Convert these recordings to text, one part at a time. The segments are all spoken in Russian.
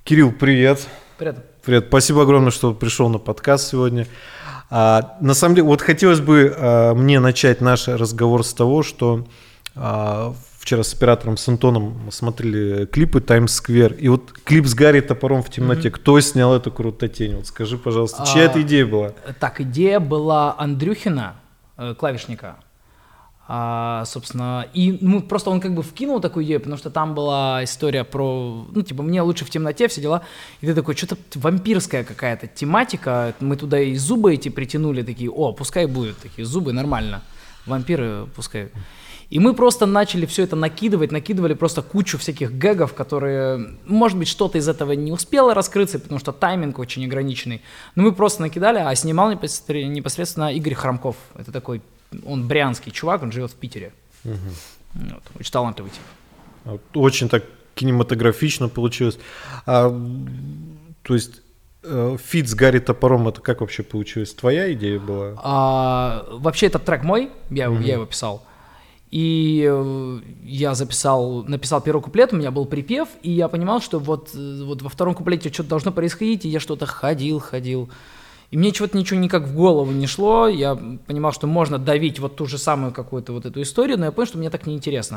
Кирилл, привет. Привет. Привет. Спасибо огромное, что пришел на подкаст сегодня. На самом деле, вот хотелось бы мне начать наш разговор с того, что вчера с оператором, с Антоном смотрели клипы «Таймс Сквер». И вот клип с Гарри Топором в темноте. Кто снял эту крутотень? Вот скажи, пожалуйста, чья эта идея была? Так, идея была Андрюхина, клавишника. Собственно, и просто он как бы вкинул такую идею, потому что там была история про, мне лучше в темноте, все дела. И ты такой, что-то вампирская какая-то тематика, мы туда и зубы эти притянули, такие, пускай будет, такие зубы, нормально, вампиры пускай. И мы просто начали все это накидывали просто кучу всяких гэгов, которые, может быть, что-то из этого не успело раскрыться, потому что тайминг очень ограниченный. Но мы просто накидали, а снимал непосредственно Игорь Хромков, это такой... Он брянский чувак, он живет в Питере. Вот, очень талантливый тип. Очень так кинематографично получилось. То есть фит с Гарри Топором, это как вообще получилось? Твоя идея была? Вообще этот трек мой, я его писал. И я написал первый куплет, у меня был припев, и я понимал, что вот во втором куплете что-то должно происходить, и я что-то ходил. И мне чего-то ничего никак в голову не шло, я понимал, что можно давить вот ту же самую какую-то вот эту историю, но я понял, что мне так неинтересно.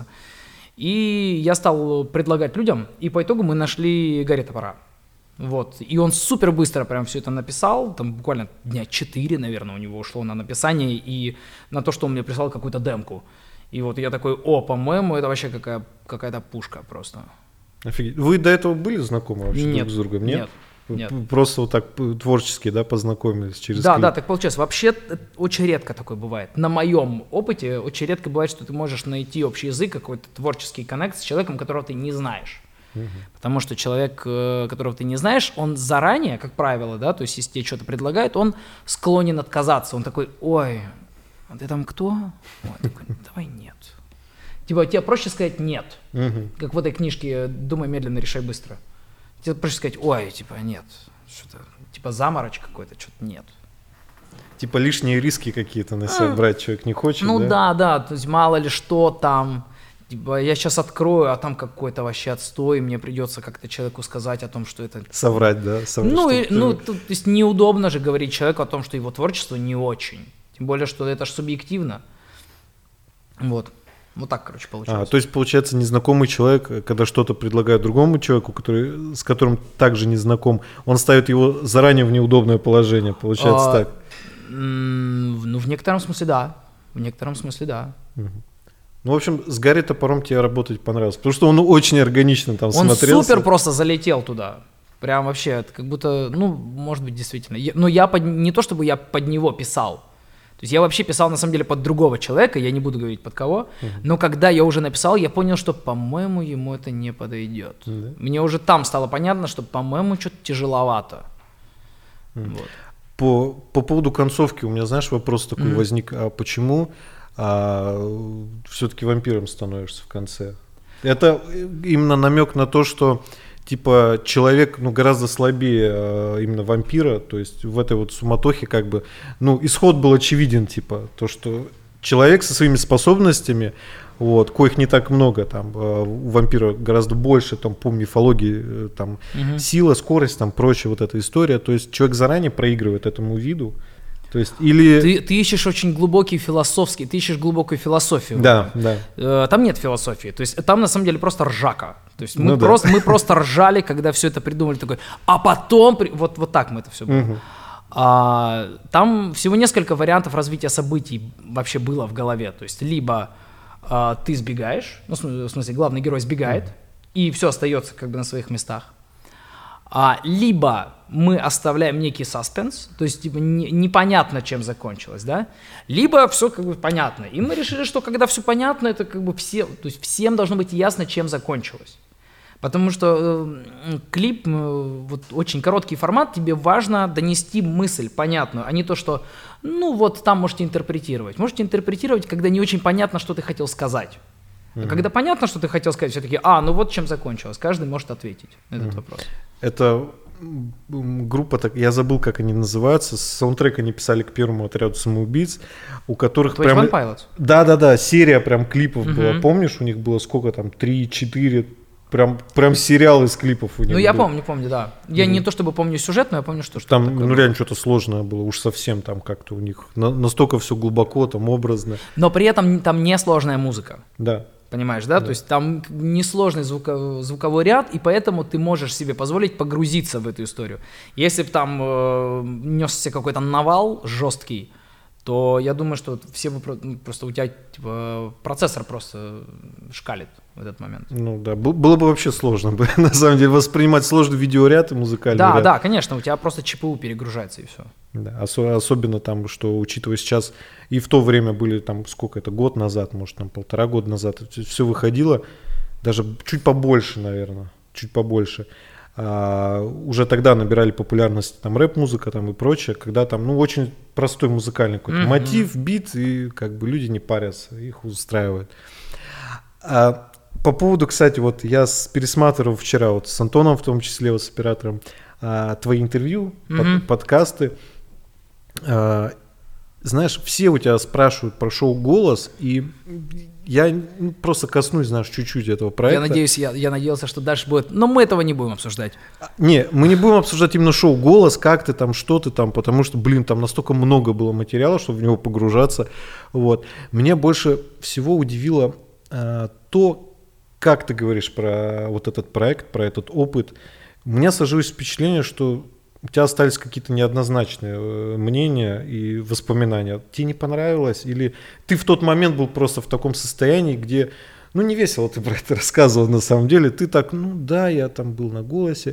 И я стал предлагать людям, и по итогу мы нашли Гарри Топора. Вот. И он супер быстро прям все это написал, там буквально дня 4, наверное, у него ушло на написание и на то, что он мне прислал какую-то демку. И вот я такой, по-моему, это вообще какая-то пушка просто. Офигеть. Вы до этого были знакомы вообще друг с другом? Нет. Просто вот так творчески, да, познакомились через клип? Да, так получилось. Вообще очень редко такое бывает. На моем опыте очень редко бывает, что ты можешь найти общий язык, какой-то творческий коннект с человеком, которого ты не знаешь. Потому что человек, которого ты не знаешь, он заранее, как правило, да, то есть если тебе что-то предлагает, он склонен отказаться. Он такой, а ты там кто? Такой, давай нет. Типа тебе проще сказать нет. Как в этой книжке «Думай медленно, решай быстро». Тебе проще сказать, нет, что-то, заморочь какой-то, что-то нет. Типа лишние риски какие-то на себя брать человек не хочет, да, то есть мало ли что там, типа я сейчас открою, а там какой-то вообще отстой, и мне придется как-то человеку сказать о том, что это... Соврать, да? То есть неудобно же говорить человеку о том, что его творчество не очень, тем более, что это же субъективно, Вот так, получилось. То есть, получается, незнакомый человек, когда что-то предлагает другому человеку, с которым также не знаком, он ставит его заранее в неудобное положение, получается так? В некотором смысле да. В общем, с Гарри Топором тебе работать понравилось, потому что он очень органично там смотрелся. Он супер просто залетел туда. Прям вообще, это как будто, может быть, действительно. Не то, чтобы я под него писал. То есть я вообще писал, на самом деле, под другого человека, я не буду говорить под кого, но когда я уже написал, я понял, что, по-моему, ему это не подойдет. Мне уже там стало понятно, что, по-моему, что-то тяжеловато. Вот. По поводу концовки у меня, знаешь, вопрос такой возник, а почему все-таки вампиром становишься в конце? Это именно намек на то, что типа человек, гораздо слабее именно вампира, то есть в этой вот суматохе исход был очевиден, типа, то, что человек со своими способностями, коих не так много, там, у вампира гораздо больше, там, по мифологии, там, сила, скорость, там, прочая вот эта история, то есть человек заранее проигрывает этому виду. То есть, или... Ты ищешь очень глубокую философию. Да. Там нет философии, то есть там на самом деле просто ржака. То есть мы просто ржали, когда все это придумали, такой, а потом, вот так мы это все было. Там всего несколько вариантов развития событий вообще было в голове, то есть либо ты сбегаешь, в смысле главный герой сбегает, и все остается как бы на своих местах. Либо мы оставляем некий саспенс, то есть типа непонятно, чем закончилось, да, либо все как бы понятно. И мы решили, что когда все понятно, это как бы всем должно быть ясно, чем закончилось. Потому что клип, очень короткий формат, тебе важно донести мысль понятную, а не то, что, там можете интерпретировать. Можете интерпретировать, когда не очень понятно, что ты хотел сказать. А когда понятно, что ты хотел сказать, все-таки, чем закончилось. Каждый может ответить на этот вопрос. Это группа, я забыл, как они называются, саундтрек они писали к первому отряду самоубийц, у которых прям... One Pilots? Да, серия прям клипов была, помнишь, у них было сколько там, 3-4 Прям сериал из клипов у него. Ну, я помню, да. Я не то чтобы помню сюжет, но я помню, что там, такое реально что-то сложное было, уж совсем там как-то у них настолько все глубоко, там образно. Но при этом там не сложная музыка. Да. Понимаешь, да? То есть там несложный звуковой ряд, и поэтому ты можешь себе позволить погрузиться в эту историю. Если бы там несся какой-то навал жесткий, то я думаю, что все бы просто у тебя типа процессор просто шкалит в этот момент. Ну да, было бы вообще сложно, на самом деле, воспринимать сложный видеоряд и музыкальный ряд. Да, конечно, у тебя просто ЧПУ перегружается и все. Да, особенно там, что, учитывая сейчас, и в то время были там, сколько это, год назад, может, там 1,5 года назад, все выходило, даже чуть побольше, наверное, чуть побольше. Уже тогда набирали популярность там рэп-музыка там и прочее, когда там, ну, очень простой музыкальный какой-то мотив, бит, и как бы люди не парятся, их устраивает. По поводу, кстати, вот я пересматривал вчера вот с Антоном, в том числе вот с оператором, твои интервью, подкасты. Знаешь, все у тебя спрашивают про шоу «Голос», и я просто коснусь, знаешь, чуть-чуть этого проекта. Я надеялся, что дальше будет, но мы этого не будем обсуждать. Не, мы не будем обсуждать именно шоу «Голос», как ты там, что ты там, потому что, блин, там настолько много было материала, чтобы в него погружаться. Вот. Меня больше всего удивило то, как ты говоришь про вот этот проект, про этот опыт. У меня сложилось впечатление, что у тебя остались какие-то неоднозначные мнения и воспоминания. Тебе не понравилось? Или ты в тот момент был просто в таком состоянии, где, ну, не весело ты про это рассказывал на самом деле. Ты так, ну да, я там был на «Голосе».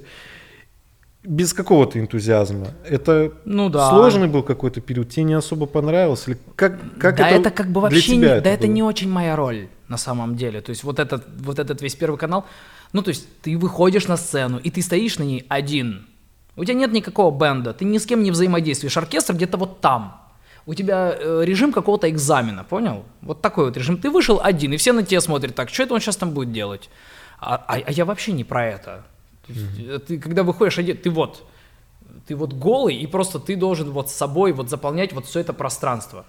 Без какого-то энтузиазма. Это сложный был какой-то период. Тебе не особо понравилось? Или как это как бы вообще для тебя это не очень моя роль на самом деле. То есть вот этот весь Первый канал, ну, то есть ты выходишь на сцену, и ты стоишь на ней один. У тебя нет никакого бенда, ты ни с кем не взаимодействуешь. Оркестр где-то вот там. У тебя режим какого-то экзамена, понял? Вот такой вот режим. Ты вышел один, и все на тебя смотрят так, что это он сейчас там будет делать? А я вообще не про это. Ты, когда выходишь один, ты вот голый, и просто ты должен вот с собой вот заполнять вот все это пространство.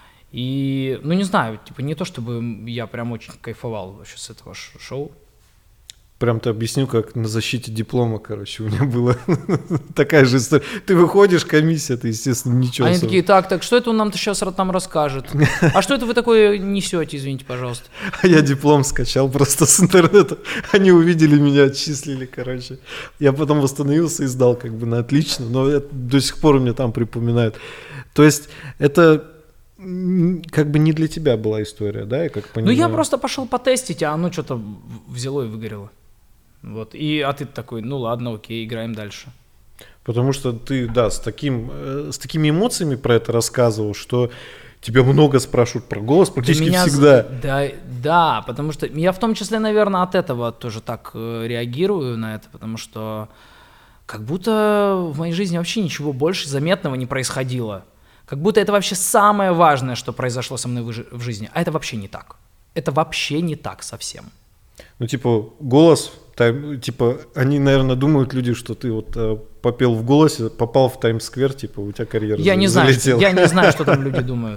И, ну, не знаю, типа не то, чтобы я прям очень кайфовал вообще с этого шоу. Прям ты объяснил, как на защите диплома, короче, у меня была такая же история. Ты выходишь, комиссия, ты, естественно, ничего. Они такие, так, что это он нам сейчас там расскажет? А что это вы такое несете, извините, пожалуйста? А я диплом скачал просто с интернета. Они увидели меня, отчислили, короче. Я потом восстановился и сдал как бы на отлично, но это до сих пор мне там припоминают. То есть это как бы не для тебя была история, да, я как понимаю? Ну, я просто пошел потестить, а оно что-то взяло и выгорело. Вот. А ты такой, ну ладно, окей, играем дальше. Потому что ты, да, с такими эмоциями про это рассказывал, что тебя много спрашивают про «Голос» практически всегда. Да, потому что я в том числе, наверное, от этого тоже так реагирую на это, потому что как будто в моей жизни вообще ничего больше заметного не происходило. Как будто это вообще самое важное, что произошло со мной в жизни. А это вообще не так. Это вообще не так совсем. Ну, типа, «Голос», типа, они, наверное, думают, люди, что ты вот попел в «Голосе», попал в Таймс-сквер, типа, у тебя карьера залетела. Я не знаю, что там люди думают.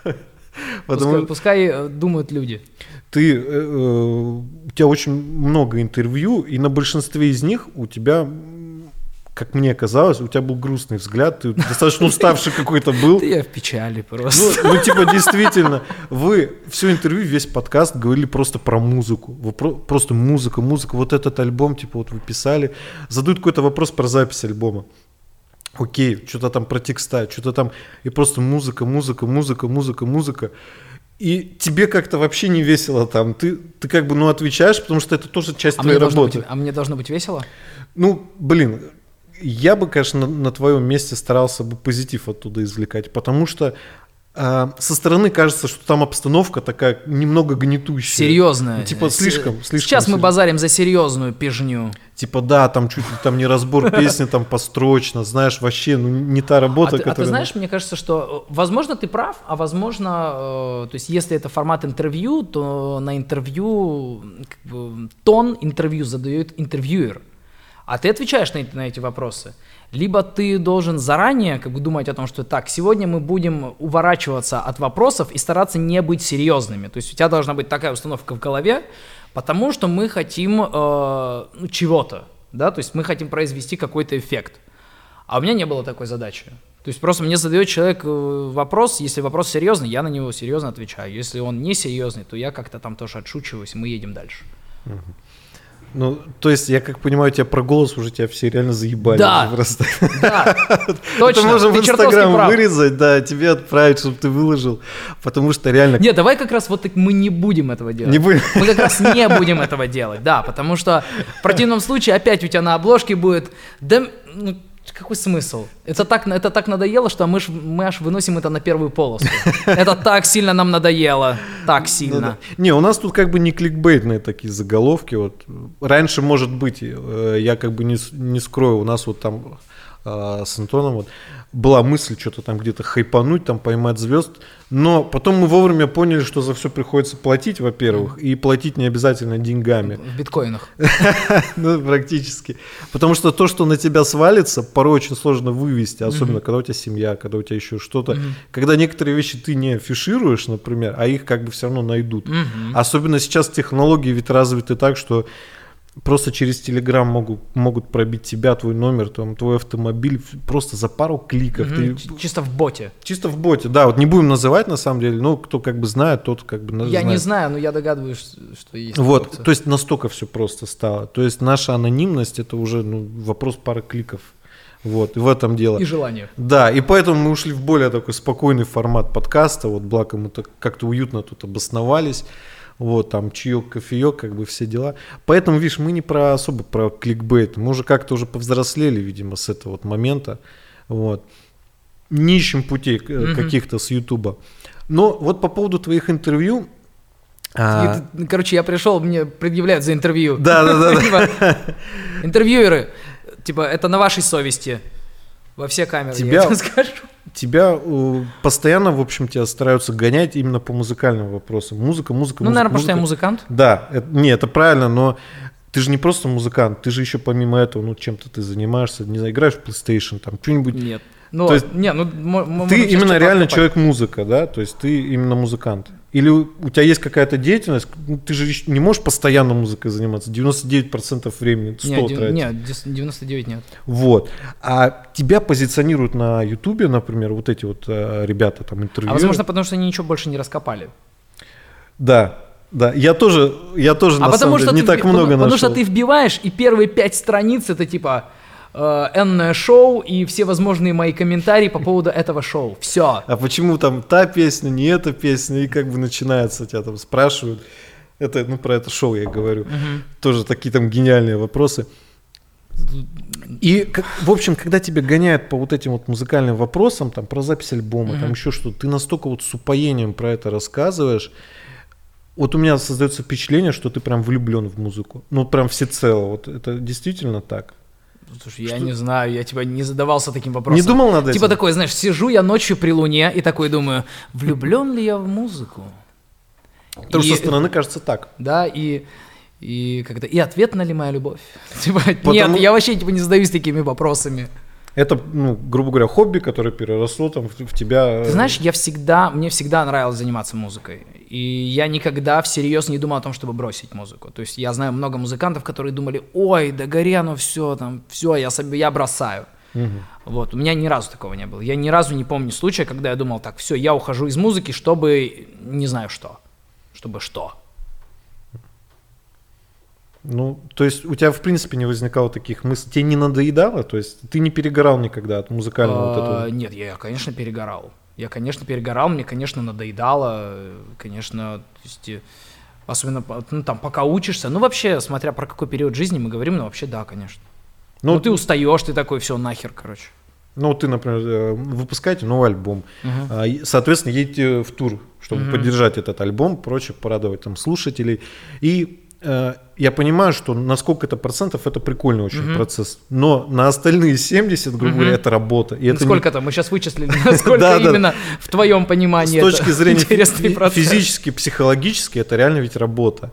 Пускай думают люди. У тебя очень много интервью, и на большинстве из них у тебя, как мне казалось, у тебя был грустный взгляд, ты достаточно уставший какой-то был. Я в печали просто. Ну, типа, действительно, вы все интервью, весь подкаст говорили просто про музыку. Просто музыка, вот этот альбом, типа, вот вы писали. Задают какой-то вопрос про запись альбома. Окей, что-то там про текста, что-то там, и просто музыка. И тебе как-то вообще не весело там. Ты как бы, отвечаешь, потому что это тоже часть твоей работы. А мне должно быть весело? Ну, блин, я бы, конечно, на твоем месте старался бы позитив оттуда извлекать, потому что со стороны кажется, что там обстановка такая немного гнетущая. Серьезная. Типа слишком. Сейчас мы базарим за серьезную пижню. Типа да, там чуть ли там не разбор песни там построчно, знаешь, вообще не та работа, которая... А ты знаешь, мне кажется, что, возможно, ты прав, а возможно, то есть если это формат интервью, то на интервью, тон интервью задает интервьюер. А ты отвечаешь на эти вопросы. Либо ты должен заранее как бы думать о том, что так, сегодня мы будем уворачиваться от вопросов и стараться не быть серьезными. То есть у тебя должна быть такая установка в голове, потому что мы хотим чего-то, да, то есть мы хотим произвести какой-то эффект. А у меня не было такой задачи. То есть просто мне задает человек вопрос, если вопрос серьезный, я на него серьезно отвечаю. Если он не серьезный, то я как-то там тоже отшучиваюсь, и мы едем дальше. Ну, то есть, я как понимаю, тебя про голос уже тебя все реально заебали. Да, просто. Да, точно, это можно ты в чертовски Инстаграм прав. вырезать, да, тебе отправить, чтобы ты выложил, потому что реально... Нет, давай как раз вот так мы не будем этого делать. Не будем. Мы как раз не будем этого делать, да, потому что в противном случае опять у тебя на обложке будет, да, ну, какой смысл? Это так надоело, что мы аж выносим это на первую полосу. Это так сильно нам надоело, так сильно. Ну, да. Не, у нас тут как бы не кликбейтные такие заголовки. Вот. Раньше, может быть, я как бы не скрою, у нас вот там с Антоном вот была мысль что-то там где-то хайпануть, там поймать звезд, но потом мы вовремя поняли, что за все приходится платить, во-первых, и платить не обязательно деньгами. В биткоинах. Ну, практически. Потому что то, что на тебя свалится, порой очень сложно вывести, особенно когда у тебя семья, когда у тебя еще что-то. Когда некоторые вещи ты не афишируешь, например, а их как бы все равно найдут. Особенно сейчас технологии ведь развиты так, что просто через Telegram могут пробить тебя, твой номер, там, твой автомобиль просто за пару кликов. Чисто в боте. Чисто в боте, да. Вот не будем называть на самом деле, но кто как бы знает, тот как бы знает. Я не знаю, но я догадываюсь, что есть. Вот, то есть настолько все просто стало. То есть наша анонимность — это уже вопрос пары кликов. Вот, и в этом дело. И желание. Да, и поэтому мы ушли в более такой спокойный формат подкаста. Вот, благо мы так как-то уютно тут обосновались. Вот, там чаек, кофеек, как бы все дела. Поэтому, видишь, мы не особо про кликбейт. Мы уже как-то уже повзрослели, видимо, с этого вот момента. Вот. Не ищем путей каких-то с Ютуба. Но вот по поводу твоих интервью... Короче, я пришел, мне предъявляют за интервью. Да. Интервьюеры, типа, это на вашей совести. Во все камеры, я тебе скажу. Тебя постоянно, в общем, тебя стараются гонять именно по музыкальным вопросам. Музыка. Ну, наверное, потому что я музыкант. Да, это правильно, но ты же не просто музыкант, ты же еще помимо этого, чем-то ты занимаешься, не знаю, играешь в PlayStation, там, что-нибудь. Нет. То есть, ты именно реально человек-музыка, да? То есть ты именно музыкант. Или у тебя есть какая-то деятельность, ты же не можешь постоянно музыкой заниматься, 99% времени, 100 тратить. Нет, 99 нет. Вот. А тебя позиционируют на Ютубе, например, вот эти вот ребята там интервью. А возможно, потому что они ничего больше не раскопали. Да. Я тоже на самом деле не так много нашел. Потому что ты вбиваешь, и первые 5 страниц это типа... энное шоу и все возможные мои комментарии по поводу этого шоу. Все. А почему там та песня, не эта песня, и как бы начинается, тебя там спрашивают. Это, про это шоу я говорю. Тоже такие там гениальные вопросы. И, в общем, когда тебя гоняют по вот этим вот музыкальным вопросам, там, про запись альбома, там еще что-то, ты настолько вот с упоением про это рассказываешь. Вот у меня создается впечатление, что ты прям влюблен в музыку. Ну, прям всецело. Вот это действительно так. Слушай, я не знаю, я тебя не задавался таким вопросом. Не думал над этим? Типа такой, знаешь, сижу я ночью при луне и такой думаю, влюблен ли я в музыку? Потому что со стороны кажется так. Да, и ответна ли моя любовь? Типа, нет, я вообще не задаюсь такими вопросами. Это, грубо говоря, хобби, которое переросло там в тебя. Ты знаешь, мне всегда нравилось заниматься музыкой. И я никогда всерьез не думал о том, чтобы бросить музыку. То есть я знаю много музыкантов, которые думали, ой, да гори оно все, я бросаю. Вот, у меня ни разу такого не было. Я ни разу не помню случая, когда я думал, так, все, я ухожу из музыки, чтобы не знаю что. Чтобы что. То есть у тебя, в принципе, не возникало таких мыслей? Тебе не надоедало? То есть ты не перегорал никогда от музыкального вот этого? Нет, я, конечно, перегорал. Мне, конечно, надоедало, конечно, то есть, особенно, пока учишься. Вообще, смотря про какой период жизни мы говорим, вообще, да, конечно. Ты устаешь, ты такой, все, нахер, короче. Ты, например, выпускаете новый альбом, соответственно, едете в тур, чтобы поддержать этот альбом, прочее, порадовать там слушателей. И я понимаю, что на сколько-то процентов это прикольный очень процесс, но на остальные 70, грубо говоря, это работа. И это сколько-то, мы сейчас вычислили, насколько именно в твоем понимании с точки зрения физически, психологически, это реально ведь работа.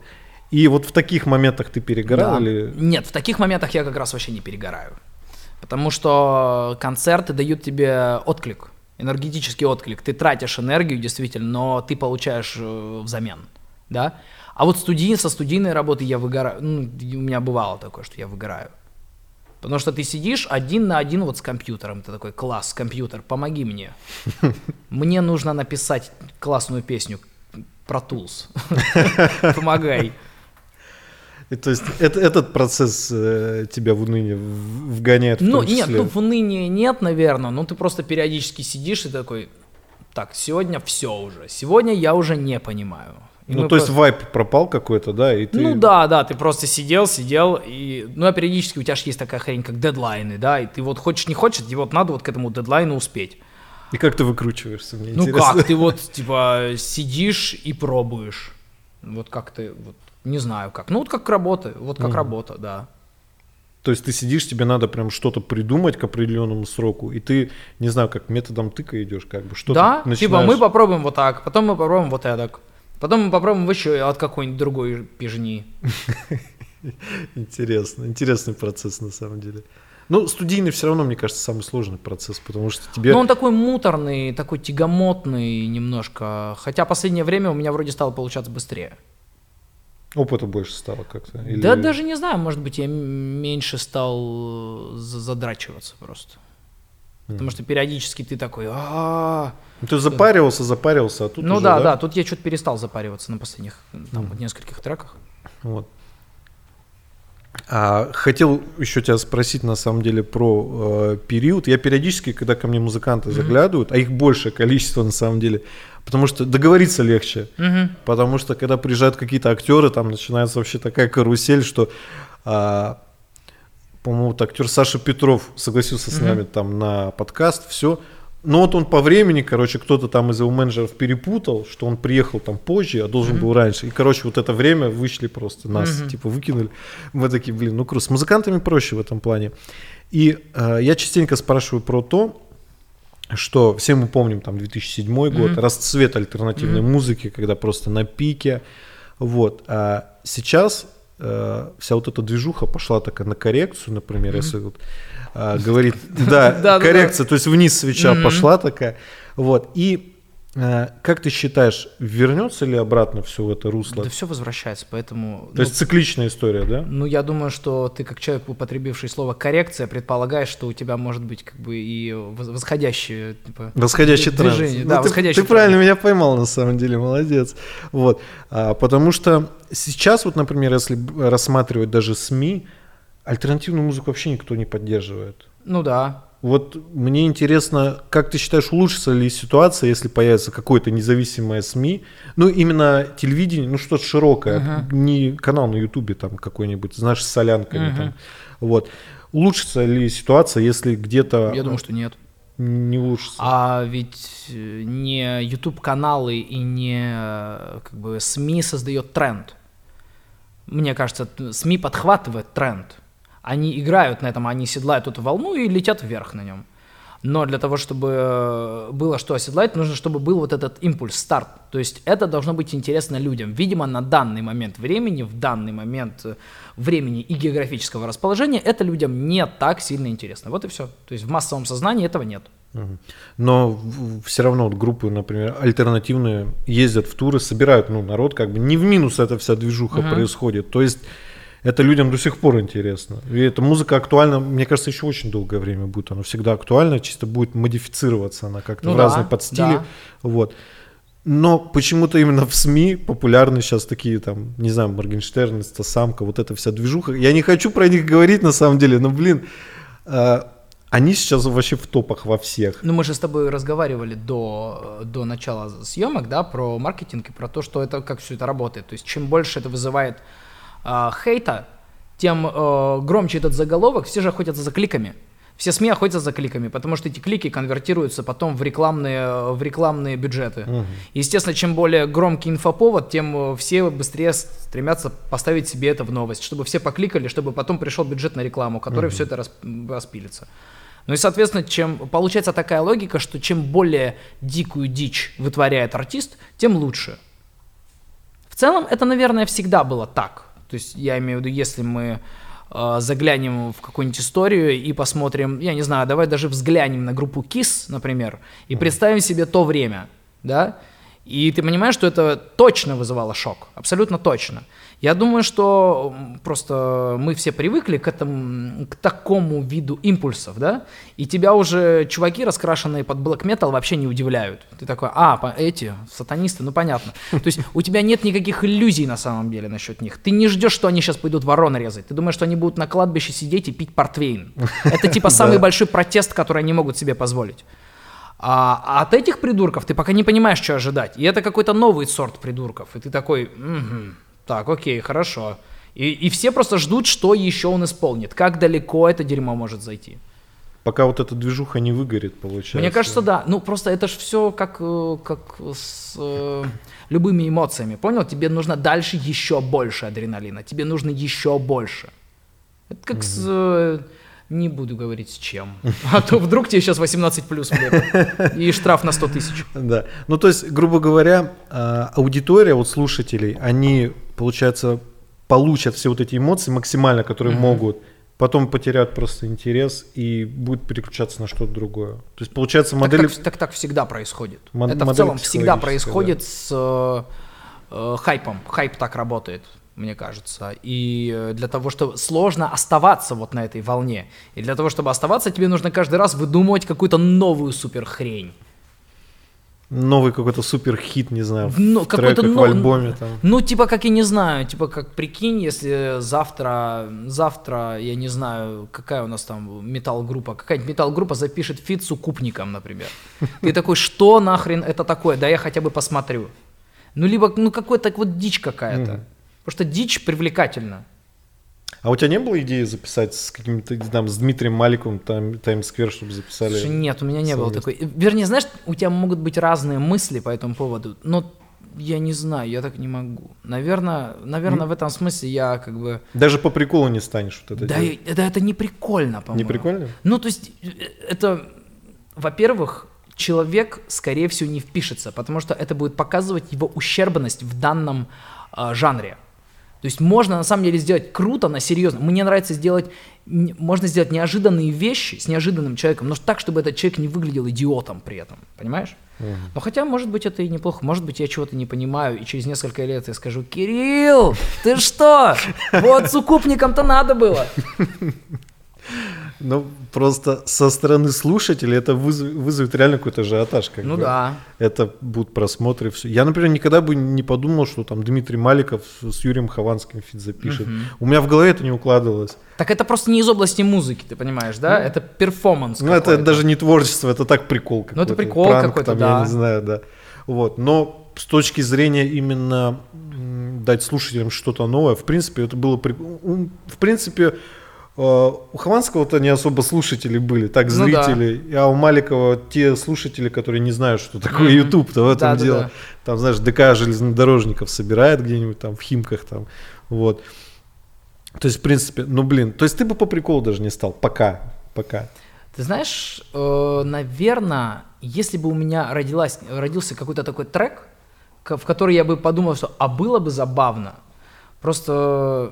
И вот в таких моментах ты перегорал или... Нет, в таких моментах я как раз вообще не перегораю. Потому что концерты дают тебе отклик, энергетический отклик. Ты тратишь энергию, действительно, но ты получаешь взамен, да? А вот со студийной работы я выгораю. Ну, у меня бывало такое, что я выгораю. Потому что ты сидишь один на один вот с компьютером. Ты такой: класс, компьютер, помоги мне. Мне нужно написать классную песню про Tools. Помогай. То есть этот процесс тебя в уныние вгоняет в том числе? Нет, в уныние нет, наверное. Но ты просто периодически сидишь и такой: так, сегодня все уже. Сегодня я уже не понимаю. Есть вайб пропал какой-то, да? И ты... да, ты просто сидел, и... Ну, а периодически у тебя же есть такая хрень, как дедлайны, да? И ты вот хочешь, не хочешь, тебе вот надо вот к этому дедлайну успеть. И как ты выкручиваешься, мне интересно. Как, ты вот, типа, сидишь и пробуешь. Вот как ты, вот, не знаю как. Ну, вот как работа, работа, да. То есть ты сидишь, тебе надо прям что-то придумать к определенному сроку, и ты, не знаю, как методом тыка идешь, как бы что-то начинаешь... типа мы попробуем вот так, потом мы попробуем вот эдак. Потом мы попробуем еще от какой-нибудь другой пижни. Интересный процесс на самом деле. Ну, студийный все равно, мне кажется, самый сложный процесс, потому что тебе... Ну, он такой муторный, такой тягомотный немножко, хотя последнее время у меня вроде стало получаться быстрее. Опыта больше стало как-то? Или... Да даже не знаю, может быть, я меньше стал задрачиваться просто. Потому что периодически ты такой: Ты запаривался, а тут ну уже, да, тут я что-то перестал запариваться на последних нескольких треках. Вот. Хотел еще тебя спросить, на самом деле, про период. Я периодически, когда ко мне музыканты заглядывают, а их большее количество на самом деле, потому что договориться легче. Потому что когда приезжают какие-то актеры, там начинается вообще такая карусель, что... По-моему, вот актер Саша Петров согласился с нами там на подкаст, все. Но вот он по времени, короче, кто-то там из его менеджеров перепутал, что он приехал там позже, а должен был раньше. И, короче, вот это время вышли просто, нас типа выкинули. Мы такие: блин, ну круто. С музыкантами проще в этом плане. И я частенько спрашиваю про то, что все мы помним там 2007 год, расцвет альтернативной музыки, когда просто на пике. Вот. А сейчас... вся вот эта движуха пошла такая на коррекцию, например, если вот, говорит, коррекция, то есть вниз свеча пошла такая, вот, и как ты считаешь, вернется ли обратно все в это русло? Да все возвращается, поэтому... То есть цикличная история, да? Ну, я думаю, что ты, как человек, употребивший слово коррекция, предполагаешь, что у тебя может быть как бы и восходящее, типа, восходящий движение. Тренд. Да, ты правильно меня поймал, на самом деле, молодец. Вот. Потому что сейчас, вот, например, если рассматривать даже СМИ, альтернативную музыку вообще никто не поддерживает. Ну да. Вот мне интересно, как ты считаешь, улучшится ли ситуация, если появится какое-то независимое СМИ, ну именно телевидение, ну что-то широкое, не канал на Ютубе там какой-нибудь, знаешь, с солянками там, вот. Улучшится ли ситуация, если где-то... Я думаю, что нет. Не улучшится. А ведь не YouTube-каналы и не как бы СМИ создает тренд. Мне кажется, СМИ подхватывает тренд. Они играют на этом, они седлают эту волну и летят вверх на нем. Но для того, чтобы было что оседлать, нужно, чтобы был вот этот импульс, старт. То есть это должно быть интересно людям. Видимо, на данный момент времени, в данный момент времени и географического расположения, это людям не так сильно интересно. Вот и все. То есть в массовом сознании этого нет. Но все равно вот группы, например, альтернативные ездят в туры, собирают народ, как бы не в минус эта вся движуха происходит. То есть это людям до сих пор интересно. И эта музыка актуальна, мне кажется, еще очень долгое время будет. Она всегда актуальна, чисто будет модифицироваться она как-то в разные подстили. Да. Вот. Но почему-то именно в СМИ популярны сейчас такие там, не знаю, Моргенштерн, Стасамка, вот эта вся движуха. Я не хочу про них говорить на самом деле, но, блин, они сейчас вообще в топах во всех. Ну, мы же с тобой разговаривали до начала съемок, да, про маркетинг и про то, что это, как все это работает. То есть чем больше это вызывает хейта, тем громче этот заголовок, все же охотятся за кликами. Все СМИ охотятся за кликами, потому что эти клики конвертируются потом в рекламные бюджеты. Естественно, чем более громкий инфоповод, тем все быстрее стремятся поставить себе это в новость, чтобы все покликали, чтобы потом пришел бюджет на рекламу, который все это распилится. Ну и, соответственно, получается такая логика, что чем более дикую дичь вытворяет артист, тем лучше. В целом это, наверное, всегда было так. То есть я имею в виду, если мы заглянем в какую-нибудь историю и посмотрим, я не знаю, давай даже взглянем на группу Kiss, например, и представим себе то время, да, и ты понимаешь, что это точно вызывало шок, абсолютно точно. Я думаю, что просто мы все привыкли к такому виду импульсов, да, и тебя уже чуваки, раскрашенные под блэк метал, вообще не удивляют. Ты такой, эти сатанисты, ну понятно. То есть у тебя нет никаких иллюзий на самом деле насчет них. Ты не ждешь, что они сейчас пойдут ворон резать. Ты думаешь, что они будут на кладбище сидеть и пить портвейн. Это типа самый большой протест, который они могут себе позволить. А от этих придурков ты пока не понимаешь, что ожидать. И это какой-то новый сорт придурков. И ты такой, так, окей, хорошо. И все просто ждут, что еще он исполнит. Как далеко это дерьмо может зайти. Пока вот эта движуха не выгорит, получается. Мне кажется, да. Ну, просто это же все как с любыми эмоциями. Понял? Тебе нужно дальше еще больше адреналина. Тебе нужно еще больше. Это как с... Не буду говорить с чем. А то вдруг тебе сейчас 18+ влепят. И штраф на 100 тысяч. Да. Ну, то есть, грубо говоря, аудитория, вот слушателей, они, получается, получат все вот эти эмоции максимально, которые могут, потом потеряют просто интерес и будут переключаться на что-то другое. То есть, получается, модель... Так всегда происходит. Это в целом всегда происходит с хайпом. Хайп так работает, мне кажется. И для того, чтобы сложно оставаться вот на этой волне. И для того, чтобы оставаться, тебе нужно каждый раз выдумывать какую-то новую суперхрень. Новый какой-то суперхит, не знаю, в треках, в альбоме. Там. Ну, типа, как я не знаю, типа, как прикинь, если завтра, я не знаю, какая у нас там металл-группа, какая-нибудь металл-группа запишет фит с Укупником, например. Ты такой, что нахрен это такое? Да я хотя бы посмотрю. Ну, либо, какой-то вот дичь какая-то. Потому что дичь привлекательна. А у тебя не было идеи записать с каким-то, там, с Дмитрием Маликовым Таймс-сквер, чтобы записали? Слушай, нет, у меня не было такой. Вернее, знаешь, у тебя могут быть разные мысли по этому поводу, но я не знаю, я так не могу. Наверное, в этом смысле я как бы... Даже по приколу не станешь вот это делать? Да, это не прикольно, по-моему. Не прикольно? Ну, то есть, это, во-первых, человек, скорее всего, не впишется, потому что это будет показывать его ущербность в данном жанре. То есть можно на самом деле сделать круто, но серьезно. Мне нравится можно сделать неожиданные вещи с неожиданным человеком, но так, чтобы этот человек не выглядел идиотом при этом, понимаешь? Но хотя, может быть, это и неплохо. Может быть, я чего-то не понимаю, и через несколько лет я скажу: Кирилл, ты что? Вот с Укупником-то надо было. Ну, просто со стороны слушателей это вызовет реально какой-то ажиотаж. Ну да. Это будут просмотры, все. Я, например, никогда бы не подумал, что там Дмитрий Маликов с Юрием Хованским фит запишет. У меня в голове это не укладывалось. Так это просто не из области музыки, ты понимаешь, да? Это перформанс какой-то. Это даже не творчество, это так прикол какой-то. Ну это прикол пранк, какой-то, там, да. Я не знаю, да. Вот. Но с точки зрения именно дать слушателям что-то новое, в принципе, это было прикольно. В принципе, у Хованского-то не особо слушатели были, так зрители, а у Маликова те слушатели, которые не знают, что такое YouTube-то в этом дело. Да. Там, знаешь, ДК железнодорожников собирает где-нибудь там в Химках там, вот. То есть, в принципе, то есть ты бы по приколу даже не стал, пока. Ты знаешь, наверное, если бы у меня родился какой-то такой трек, в который я бы подумал, что было бы забавно, просто...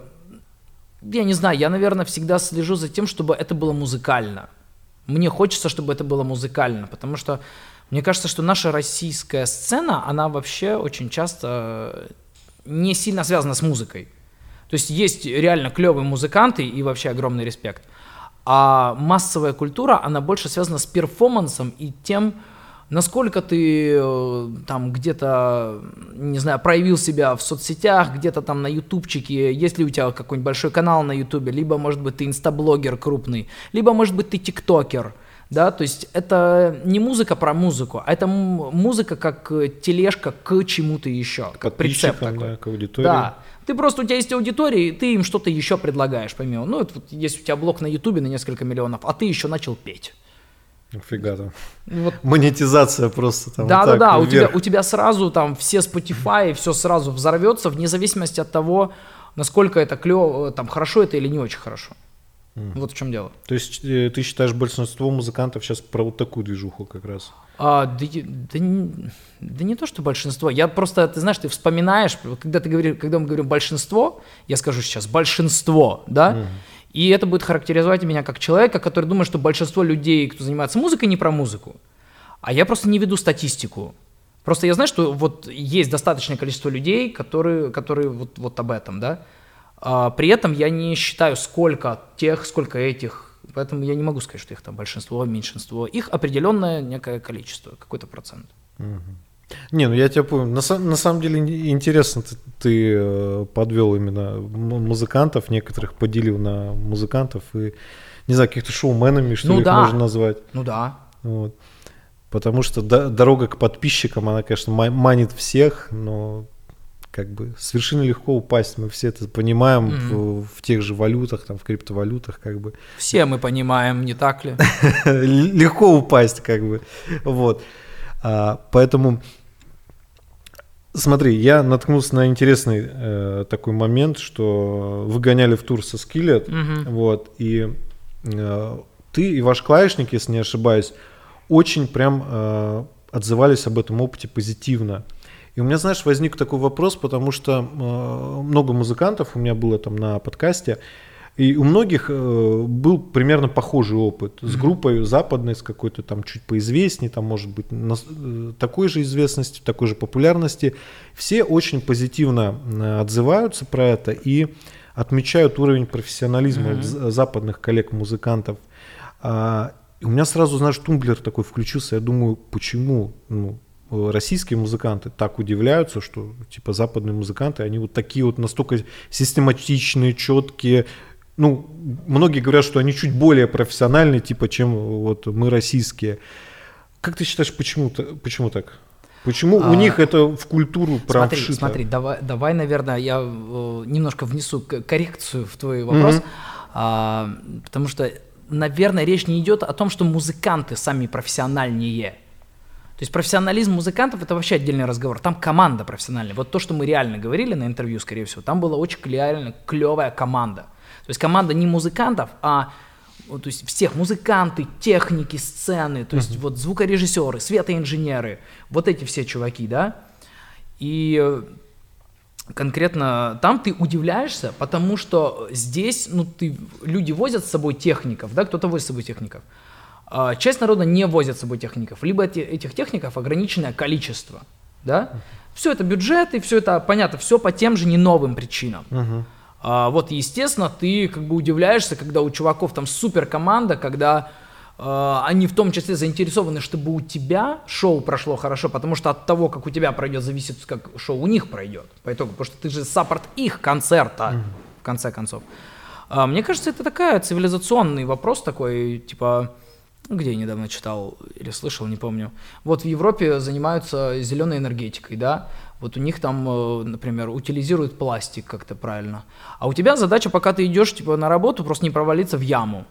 Я не знаю, я, наверное, всегда слежу за тем, чтобы это было музыкально. Мне хочется, чтобы это было музыкально, потому что мне кажется, что наша российская сцена, она вообще очень часто не сильно связана с музыкой. То есть реально клевые музыканты и вообще огромный респект. А массовая культура, она больше связана с перформансом и тем, насколько ты там где-то, не знаю, проявил себя в соцсетях, где-то там на ютубчике, есть ли у тебя какой-нибудь большой канал на ютубе, либо, может быть, ты инстаблогер крупный, либо, может быть, ты тиктокер, да, то есть это не музыка про музыку, а это музыка как тележка к чему-то еще, как прицеп такой. Да, к аудитории. Да. У тебя есть аудитория, и ты им что-то еще предлагаешь, помимо. Ну, это вот есть у тебя блог на ютубе на несколько миллионов, а ты еще начал петь. Фига там. Вот. Монетизация просто там. Да. У тебя сразу там все Spotify, все сразу взорвется, вне зависимости от того, насколько это клево, там хорошо это или не очень хорошо. Вот в чем дело. То есть ты считаешь, большинство музыкантов сейчас про вот такую движуху как раз? Да не то, что большинство. Я просто, ты знаешь, ты вспоминаешь, когда мы говорим большинство, я скажу сейчас большинство, да, и это будет характеризовать меня как человека, который думает, что большинство людей, кто занимается музыкой, не про музыку. А я просто не веду статистику. Просто я знаю, что вот есть достаточное количество людей, которые вот об этом, да. При этом я не считаю, сколько тех, сколько этих. Поэтому я не могу сказать, что их там большинство, меньшинство. Их определенное некое количество, какой-то процент. Не, ну я тебя понял. На самом деле интересно, ты подвел именно музыкантов, некоторых поделил на музыкантов и, не знаю, каких-то шоуменами, что ли, их можно назвать. Ну да. Вот. Потому что дорога к подписчикам, она, конечно, манит всех, но как бы с вершины легко упасть, мы все это понимаем в тех же валютах, там, в криптовалютах, как бы. Все мы понимаем, не так ли? Легко упасть, как бы, вот. Поэтому, смотри, я наткнулся на интересный такой момент, что вы гоняли в тур со Skillet, вот, и ты и ваш клавишник, если не ошибаюсь, очень прям отзывались об этом опыте позитивно. И у меня, знаешь, возник такой вопрос, потому что много музыкантов у меня было там на подкасте, и у многих был примерно похожий опыт с группой западной, с какой-то там чуть поизвестней, там может быть такой же известности, такой же популярности. Все очень позитивно отзываются про это и отмечают уровень профессионализма западных коллег-музыкантов. И у меня сразу, знаешь, тумблер такой включился, я думаю, почему российские музыканты так удивляются, что типа западные музыканты, они вот такие вот настолько систематичные, четкие. Ну, многие говорят, что они чуть более профессиональные, типа, чем вот мы российские. Как ты считаешь, почему так? Почему у них это в культуру прям вшито? Смотри, давай, наверное, я немножко внесу коррекцию в твой вопрос, потому что, наверное, речь не идет о том, что музыканты сами профессиональнее. То есть профессионализм музыкантов – это вообще отдельный разговор. Там команда профессиональная. Вот то, что мы реально говорили на интервью, скорее всего, там была очень реально клевая команда. То есть команда не музыкантов, а то есть всех музыканты, техники, сцены, то есть вот звукорежиссеры, светоинженеры, вот эти все чуваки, да. И конкретно там ты удивляешься, потому что здесь, люди возят с собой техников, да, кто-то возит с собой техников. Часть народа не возит с собой техников, либо этих техников ограниченное количество, да. Все это бюджеты, все это, понятно, все по тем же не новым причинам. Вот, естественно, ты как бы удивляешься, когда у чуваков там супер команда, когда они в том числе заинтересованы, чтобы у тебя шоу прошло хорошо, потому что от того, как у тебя пройдет, зависит, как шоу у них пройдет по итогу, потому что ты же саппорт их концерта, в конце концов. Мне кажется, это такой цивилизационный вопрос такой, типа, где я недавно читал или слышал, не помню. Вот в Европе занимаются зеленой энергетикой, да, вот у них там, например, утилизируют пластик как-то правильно. А у тебя задача, пока ты идешь типа на работу, просто не провалиться в яму.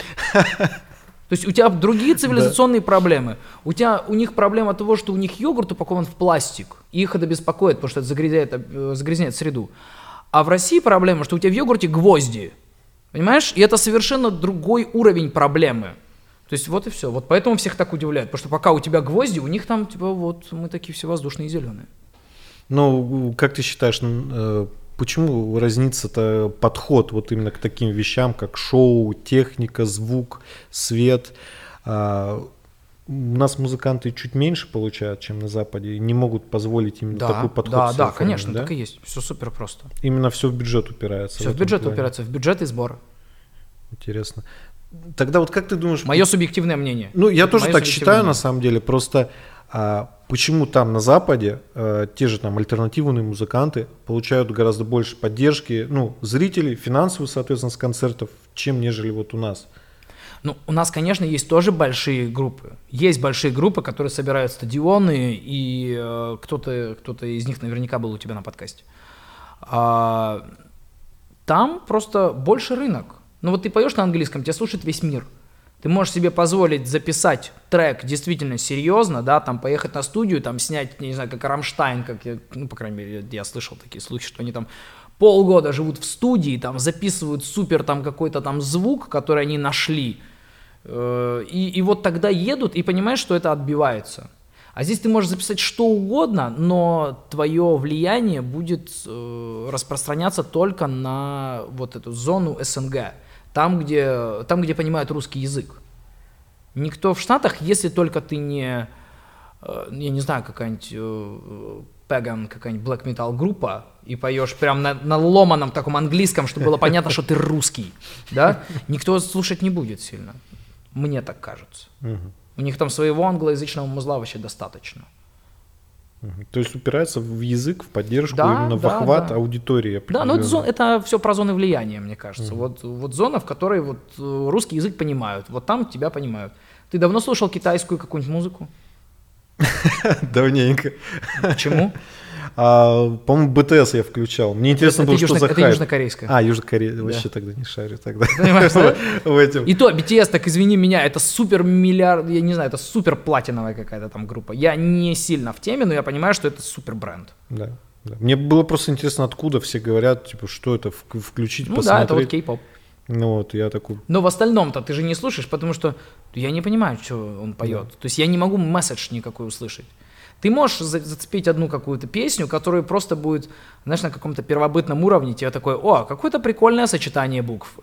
То есть у тебя другие цивилизационные проблемы. У них проблема того, что у них йогурт упакован в пластик, и их это беспокоит, потому что это загрязняет среду. А в России проблема, что у тебя в йогурте гвозди, понимаешь? И это совершенно другой уровень проблемы. То есть вот и все. Вот поэтому всех так удивляет, потому что пока у тебя гвозди, у них там типа вот мы такие все воздушные и зеленые. Ну, как ты считаешь, почему разнится-то подход вот именно к таким вещам, как шоу, техника, звук, свет? У нас музыканты чуть меньше получают, чем на Западе, и не могут позволить им такой подход. Да, конечно, так и есть. Все супер просто. Именно все в бюджет упирается. Все в бюджет упирается, в бюджет и сборы. Интересно. Тогда вот как ты думаешь... Мое субъективное мнение. Ну, я тоже так считаю, на самом деле. Просто почему там на Западе те же там альтернативные музыканты получают гораздо больше поддержки, зрителей, финансовых, соответственно, с концертов, чем нежели вот у нас? Ну, у нас, конечно, есть тоже большие группы. Есть большие группы, которые собирают стадионы, и кто-то из них наверняка был у тебя на подкасте. Там просто больше рынок. Ну вот ты поешь на английском, тебя слушает весь мир. Ты можешь себе позволить записать трек действительно серьезно, да, там поехать на студию, там снять, не знаю, как Рамштайн, по крайней мере, я слышал такие слухи, что они там полгода живут в студии, там записывают супер там какой-то там звук, который они нашли, и вот тогда едут и понимаешь, что это отбивается. А здесь ты можешь записать что угодно, но твое влияние будет распространяться только на вот эту зону СНГ, там, где понимают русский язык. Никто в Штатах, если только ты не, я не знаю, какая-нибудь Pagan, какая-нибудь black metal группа, и поешь прям на ломаном таком английском, чтобы было понятно, что ты русский, да, никто слушать не будет сильно. Мне так кажется. У них там своего англоязычного музла вообще достаточно. То есть упирается в язык, в поддержку, именно в охват аудитории. Да, но это все про зоны влияния, мне кажется. Вот зона, в которой вот русский язык понимают, вот там тебя понимают. Ты давно слушал китайскую какую-нибудь музыку? Давненько. Почему? По-моему, БТС я включал. Мне интересно было, что за хайп. Это южнокорейская. Южнокорейская. Вообще тогда не шарю тогда. Понимаешь, да? В этом. И то, BTS, так извини меня, это супер миллиард, я не знаю, это супер платиновая какая-то там группа. Я не сильно в теме, но я понимаю, что это супер бренд. Да. Мне было просто интересно, откуда все говорят, типа, что это, включить, посмотреть. Да, это вот кей-поп. Ну вот, я такой... Но в остальном-то ты же не слушаешь, потому что я не понимаю, что он поет. То есть я не могу месседж никакой услышать. Ты можешь зацепить одну какую-то песню, которая просто будет, знаешь, на каком-то первобытном уровне, тебе такое, какое-то прикольное сочетание букв.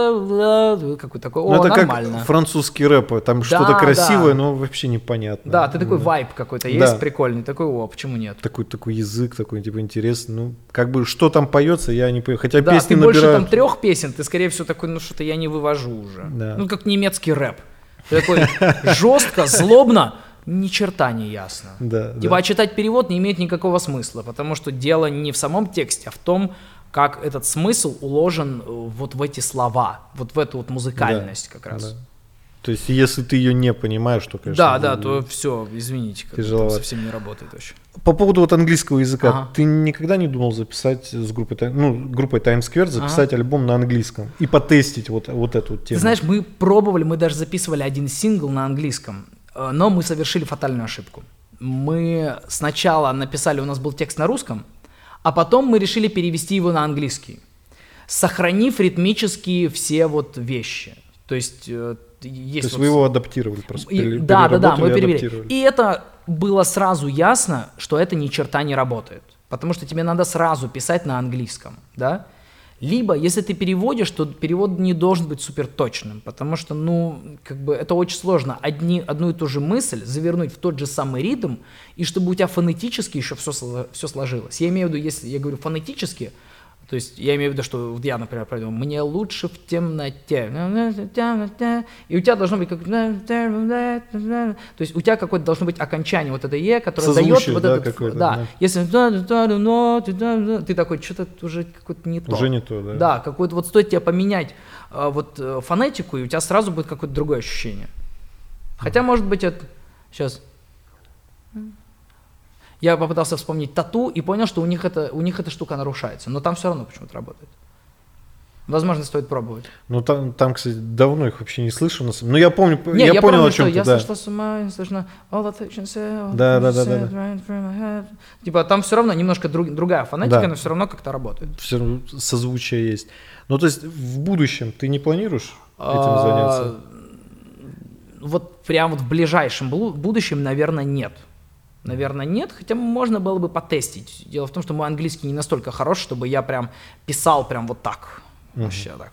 Какой такой, это нормально. Как французский рэп, там что-то красивое, но вообще непонятно. Да, ты такой вайб какой-то есть прикольный, такой, почему нет? Такой язык, такой типа интересный, ну, как бы, что там поется, я не понимаю, хотя песни ты набирают... больше там 3 песен, ты скорее всего такой, что-то я не вывожу уже. Да. Ну, как немецкий рэп. Ты такой жестко, злобно, ни черта не ясно. А читать перевод не имеет никакого смысла, потому что дело не в самом тексте, а в том, как этот смысл уложен вот в эти слова, вот в эту вот музыкальность как раз. То есть, если ты ее не понимаешь, то, конечно... то все, извините, как совсем не работает вообще. По поводу вот английского языка, ты никогда не думал записать с группой Times Square, записать альбом на английском и потестить вот эту тему? Ты знаешь, мы пробовали, мы даже записывали один сингл на английском, но мы совершили фатальную ошибку. Мы сначала написали, у нас был текст на русском, а потом мы решили перевести его на английский, сохранив ритмически все вот вещи. То есть вы его адаптировали просто? Да, мы перевели. И это было сразу ясно, что это ни черта не работает, потому что тебе надо сразу писать на английском, да? Либо, если ты переводишь, то перевод не должен быть суперточным, потому что, это очень сложно одну и ту же мысль завернуть в тот же самый ритм, и чтобы у тебя фонетически еще все сложилось. Я имею в виду, если я говорю фонетически, то есть я имею в виду, что я, например, придумал, мне лучше в темноте, и у тебя должно быть как... То есть у тебя какое-то должно быть окончание вот это «е», которое дает вот этот... Да, если ты такой, что-то уже какое-то не то. Уже не то, да. Да, какой-то вот стоит тебе поменять вот фонетику, и у тебя сразу будет какое-то другое ощущение. Хотя, может быть, это... Сейчас... Я попытался вспомнить тату и понял, что у них эта штука нарушается, но там все равно почему-то работает. Возможно, стоит пробовать. Ну там, кстати, давно их вообще не слышу. Но я помню, я понял, о чем ты. Я слышала с ума, я слышала Да. Типа там все равно немножко другая фонетика, но все равно как-то работает. Все равно созвучие есть. Ну то есть в будущем ты не планируешь этим заняться? Вот прям вот в ближайшем будущем, наверное, нет. Наверное, нет, хотя можно было бы потестить. Дело в том, что мой английский не настолько хорош, чтобы я прям писал прям вот так. Вообще так.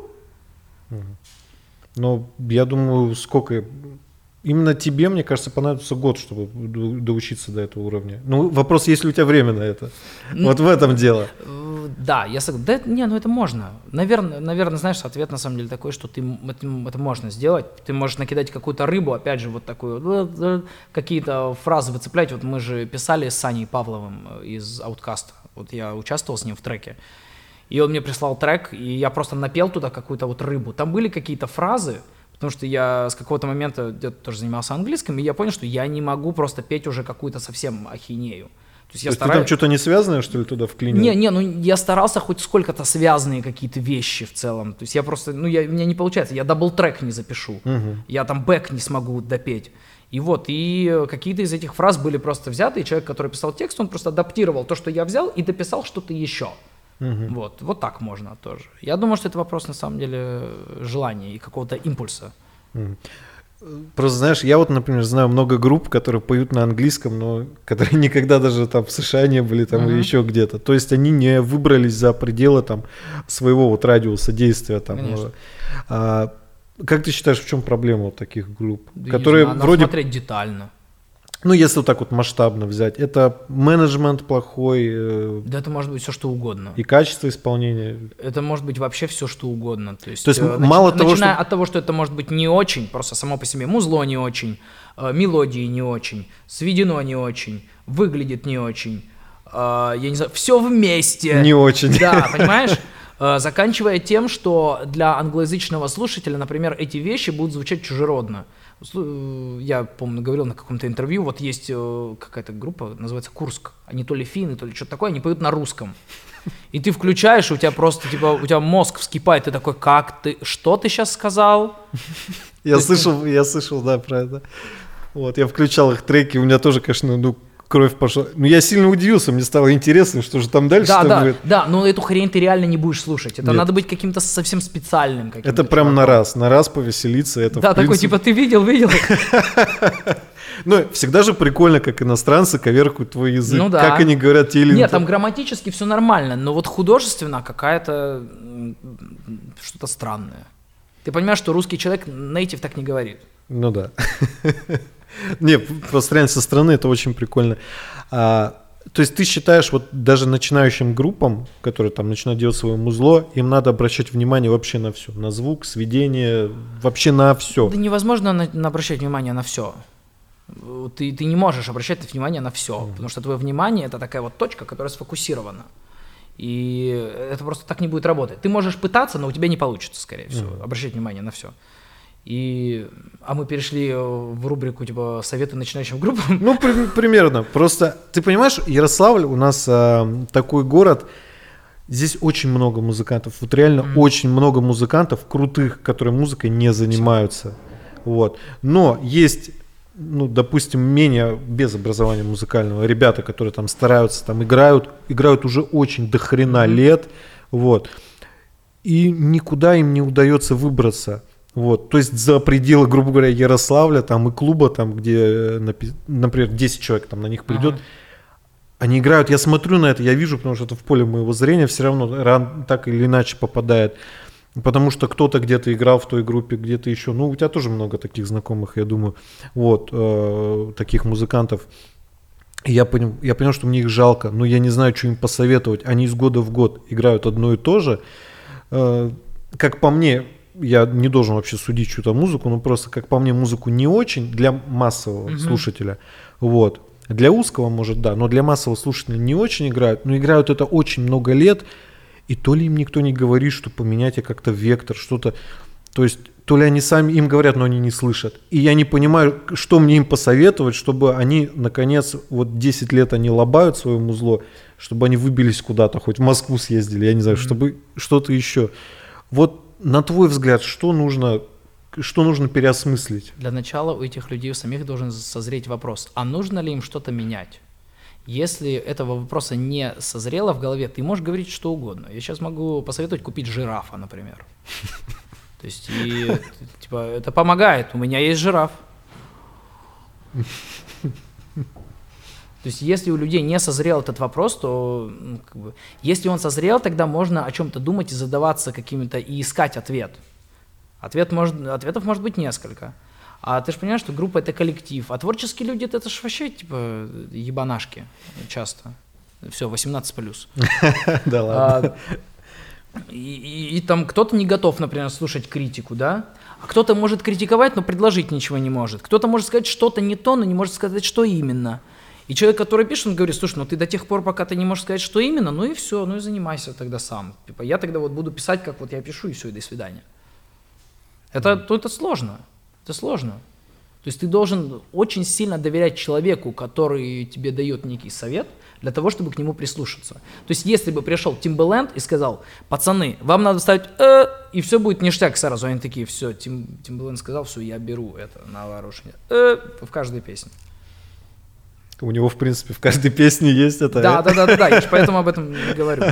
Но я думаю, сколько... Именно тебе, мне кажется, понадобится год, чтобы доучиться до этого уровня. Ну, вопрос, есть ли у тебя время на это? Вот в этом дело. Да, я согласен. Да, это можно. Наверное, знаешь, ответ на самом деле такой, что это можно сделать. Ты можешь накидать какую-то рыбу, опять же, вот такую, какие-то фразы выцеплять. Вот мы же писали с Саней Павловым из Outkast. Вот я участвовал с ним в треке. И он мне прислал трек, и я просто напел туда какую-то вот рыбу. Там были какие-то фразы, потому что я с какого-то момента где-то тоже занимался английским, и я понял, что я не могу просто петь уже какую-то совсем ахинею. То есть ты там что-то не связанное, что ли, туда вклинил? Я старался хоть сколько-то связанные какие-то вещи в целом. То есть я просто, у меня не получается, я дабл-трек не запишу, я там бэк не смогу допеть. И какие-то из этих фраз были просто взяты, и человек, который писал текст, он просто адаптировал то, что я взял, и дописал что-то еще. Вот так можно тоже. Я думаю, что это вопрос, на самом деле, желания и какого-то импульса. Просто, знаешь, я вот, например, знаю много групп, которые поют на английском, но которые никогда даже там в США не были, там или еще где-то. То есть они не выбрались за пределы там своего вот радиуса действия. Там. Как ты считаешь, в чем проблема вот таких групп? Да которые надо вроде... смотреть детально. Ну, если вот так вот масштабно взять, это менеджмент плохой. Да это может быть все, что угодно. И качество исполнения. Это может быть вообще все, что угодно. То есть мало того, начиная от того, что это может быть не очень, просто само по себе музло не очень, мелодии не очень, сведено не очень, выглядит не очень, я не знаю, все вместе. Не очень. Да, понимаешь? Заканчивая тем, что для англоязычного слушателя, например, эти вещи будут звучать чужеродно. Я, помню, говорил на каком-то интервью, вот есть какая-то группа, называется Курск, они то ли финны, то ли что-то такое, они поют на русском. И ты включаешь, и у тебя просто, типа, у тебя мозг вскипает, ты такой, что ты сейчас сказал? Я слышал, да, про это. Вот, я включал их треки, у меня тоже, конечно, кровь пошла. Но я сильно удивился, мне стало интересно, что же там дальше будет. Да, но эту хрень ты реально не будешь слушать. Это надо быть каким-то совсем специальным. Это прям на раз повеселиться. Это, да, такой, типа, ты видел? Ну, всегда же прикольно, как иностранцы коверкуют твой язык. Ну, да. Как они говорят те или... Нет, там грамматически все нормально, но вот художественно какая-то что-то странное. Ты понимаешь, что русский человек нейтив так не говорит. Ну да. Не, просто реально со стороны это очень прикольно. То есть ты считаешь, вот даже начинающим группам, которые там начинают делать свое музло, им надо обращать внимание вообще на все, на звук, сведение, вообще на все. Да невозможно обращать внимание на все. Ты не можешь обращать внимание на все, потому что твое внимание это такая вот точка, которая сфокусирована. И это просто так не будет работать. Ты можешь пытаться, но у тебя не получится, скорее всего, обращать внимание на все. А мы перешли в рубрику типа советы начинающим группам. Ну, примерно. Просто, ты понимаешь, Ярославль у нас такой город, здесь очень много музыкантов. Вот реально очень много музыкантов крутых, которые музыкой не занимаются. Вот. Но есть, допустим, менее без образования музыкального ребята, которые там стараются, там играют уже очень дохрена лет. Вот. И никуда им не удается выбраться. Вот, то есть за пределы, грубо говоря, Ярославля там и клуба, там, где, например, 10 человек там на них придет, они играют, я смотрю на это, я вижу, потому что это в поле моего зрения все равно так или иначе попадает, потому что кто-то где-то играл в той группе, где-то еще, у тебя тоже много таких знакомых, я думаю, вот, таких музыкантов. И я понял, что мне их жалко, но я не знаю, что им посоветовать, они из года в год играют одно и то же, как по мне, я не должен вообще судить чью-то музыку, но просто, как по мне, музыку не очень для массового слушателя. Вот. Для узкого, может, да, но для массового слушателя не очень играют, но играют это очень много лет, и то ли им никто не говорит, что поменяйте как-то вектор, что-то. То есть, то ли они сами им говорят, но они не слышат. И я не понимаю, что мне им посоветовать, чтобы они, наконец, вот 10 лет они лобают свое музло, чтобы они выбились куда-то, хоть в Москву съездили, я не знаю, чтобы что-то еще. Вот на твой взгляд, что нужно переосмыслить? Для начала у этих людей у самих должен созреть вопрос, а нужно ли им что-то менять? Если этого вопроса не созрело в голове, ты можешь говорить что угодно. Я сейчас могу посоветовать купить жирафа, например. То есть, типа, это помогает, у меня есть жираф. То есть, если у людей не созрел этот вопрос, то, если он созрел, тогда можно о чем-то думать и задаваться какими-то, и искать ответ. Ответов может быть несколько. А ты же понимаешь, что группа — это коллектив, а творческие люди — это ж вообще, типа, ебанашки часто. Все, 18+. Да ладно. И там кто-то не готов, например, слушать критику, да? А кто-то может критиковать, но предложить ничего не может. Кто-то может сказать что-то не то, но не может сказать, что именно. И человек, который пишет, он говорит, слушай, ты до тех пор, пока ты не можешь сказать, что именно, и все, и занимайся тогда сам. Типа, я тогда вот буду писать, как вот я пишу, и все, и до свидания. Это сложно. Это сложно. То есть ты должен очень сильно доверять человеку, который тебе дает некий совет, для того, чтобы к нему прислушаться. То есть если бы пришел Timbaland и сказал, пацаны, вам надо ставить и все будет ништяк сразу. Они такие, все, Timbaland сказал, все, я беру это на вооружение. В каждой песне. У него, в принципе, в каждой песне есть это. Да, я же поэтому об этом говорю.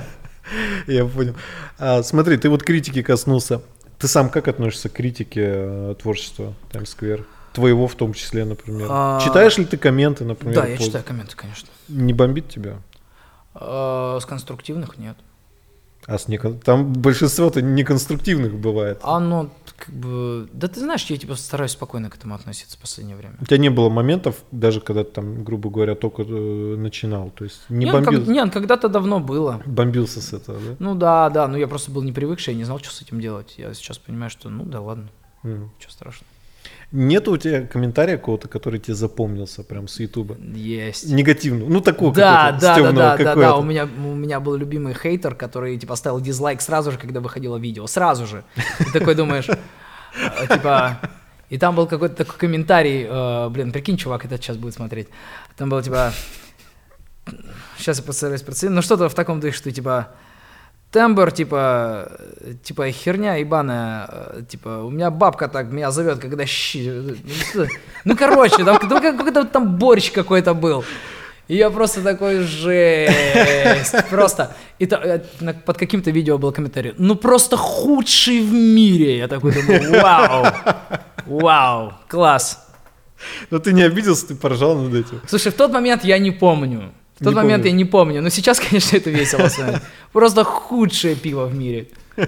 Я понял. Смотри, ты вот критики коснулся. Ты сам как относишься к критике творчества Times Square? Твоего в том числе, например. Читаешь ли ты комменты, например? Да, я читаю комменты, конечно. Не бомбит тебя? С конструктивных нет. Там большинство-то неконструктивных бывает. Оно как бы... Да ты знаешь, я типа стараюсь спокойно к этому относиться в последнее время. У тебя не было моментов, даже когда ты там, грубо говоря, только начинал? То есть не бомбил? Нет, когда-то давно было. Бомбился с этого, да? Ну да, но я просто был непривыкший, я не знал, что с этим делать. Я сейчас понимаю, что ну да ладно, ничего страшного. Нет у тебя комментария какого-то, который тебе запомнился прям с Ютуба? Есть. Негативного? Ну, такого да, стёбного да. У меня был любимый хейтер, который типа ставил дизлайк сразу же, когда выходило видео. Сразу же. Ты такой думаешь, типа... И там был какой-то такой комментарий, прикинь, чувак этот сейчас будет смотреть. Там было типа... Сейчас я постараюсь процитировать, но что-то в таком духе, что типа... Тембр, типа херня ебаная, типа, у меня бабка так меня зовет, когда Ну, короче, там какой-то там борщ какой-то был. И я просто такой, жесть, просто. И под каким-то видео был комментарий, ну, просто худший в мире. Я такой думаю, вау, класс. Но ты не обиделся, ты поржал над этим. Слушай, в тот момент я не помню. В тот момент я не помню, но сейчас, конечно, это весело смотреть. Просто худшее пиво в мире.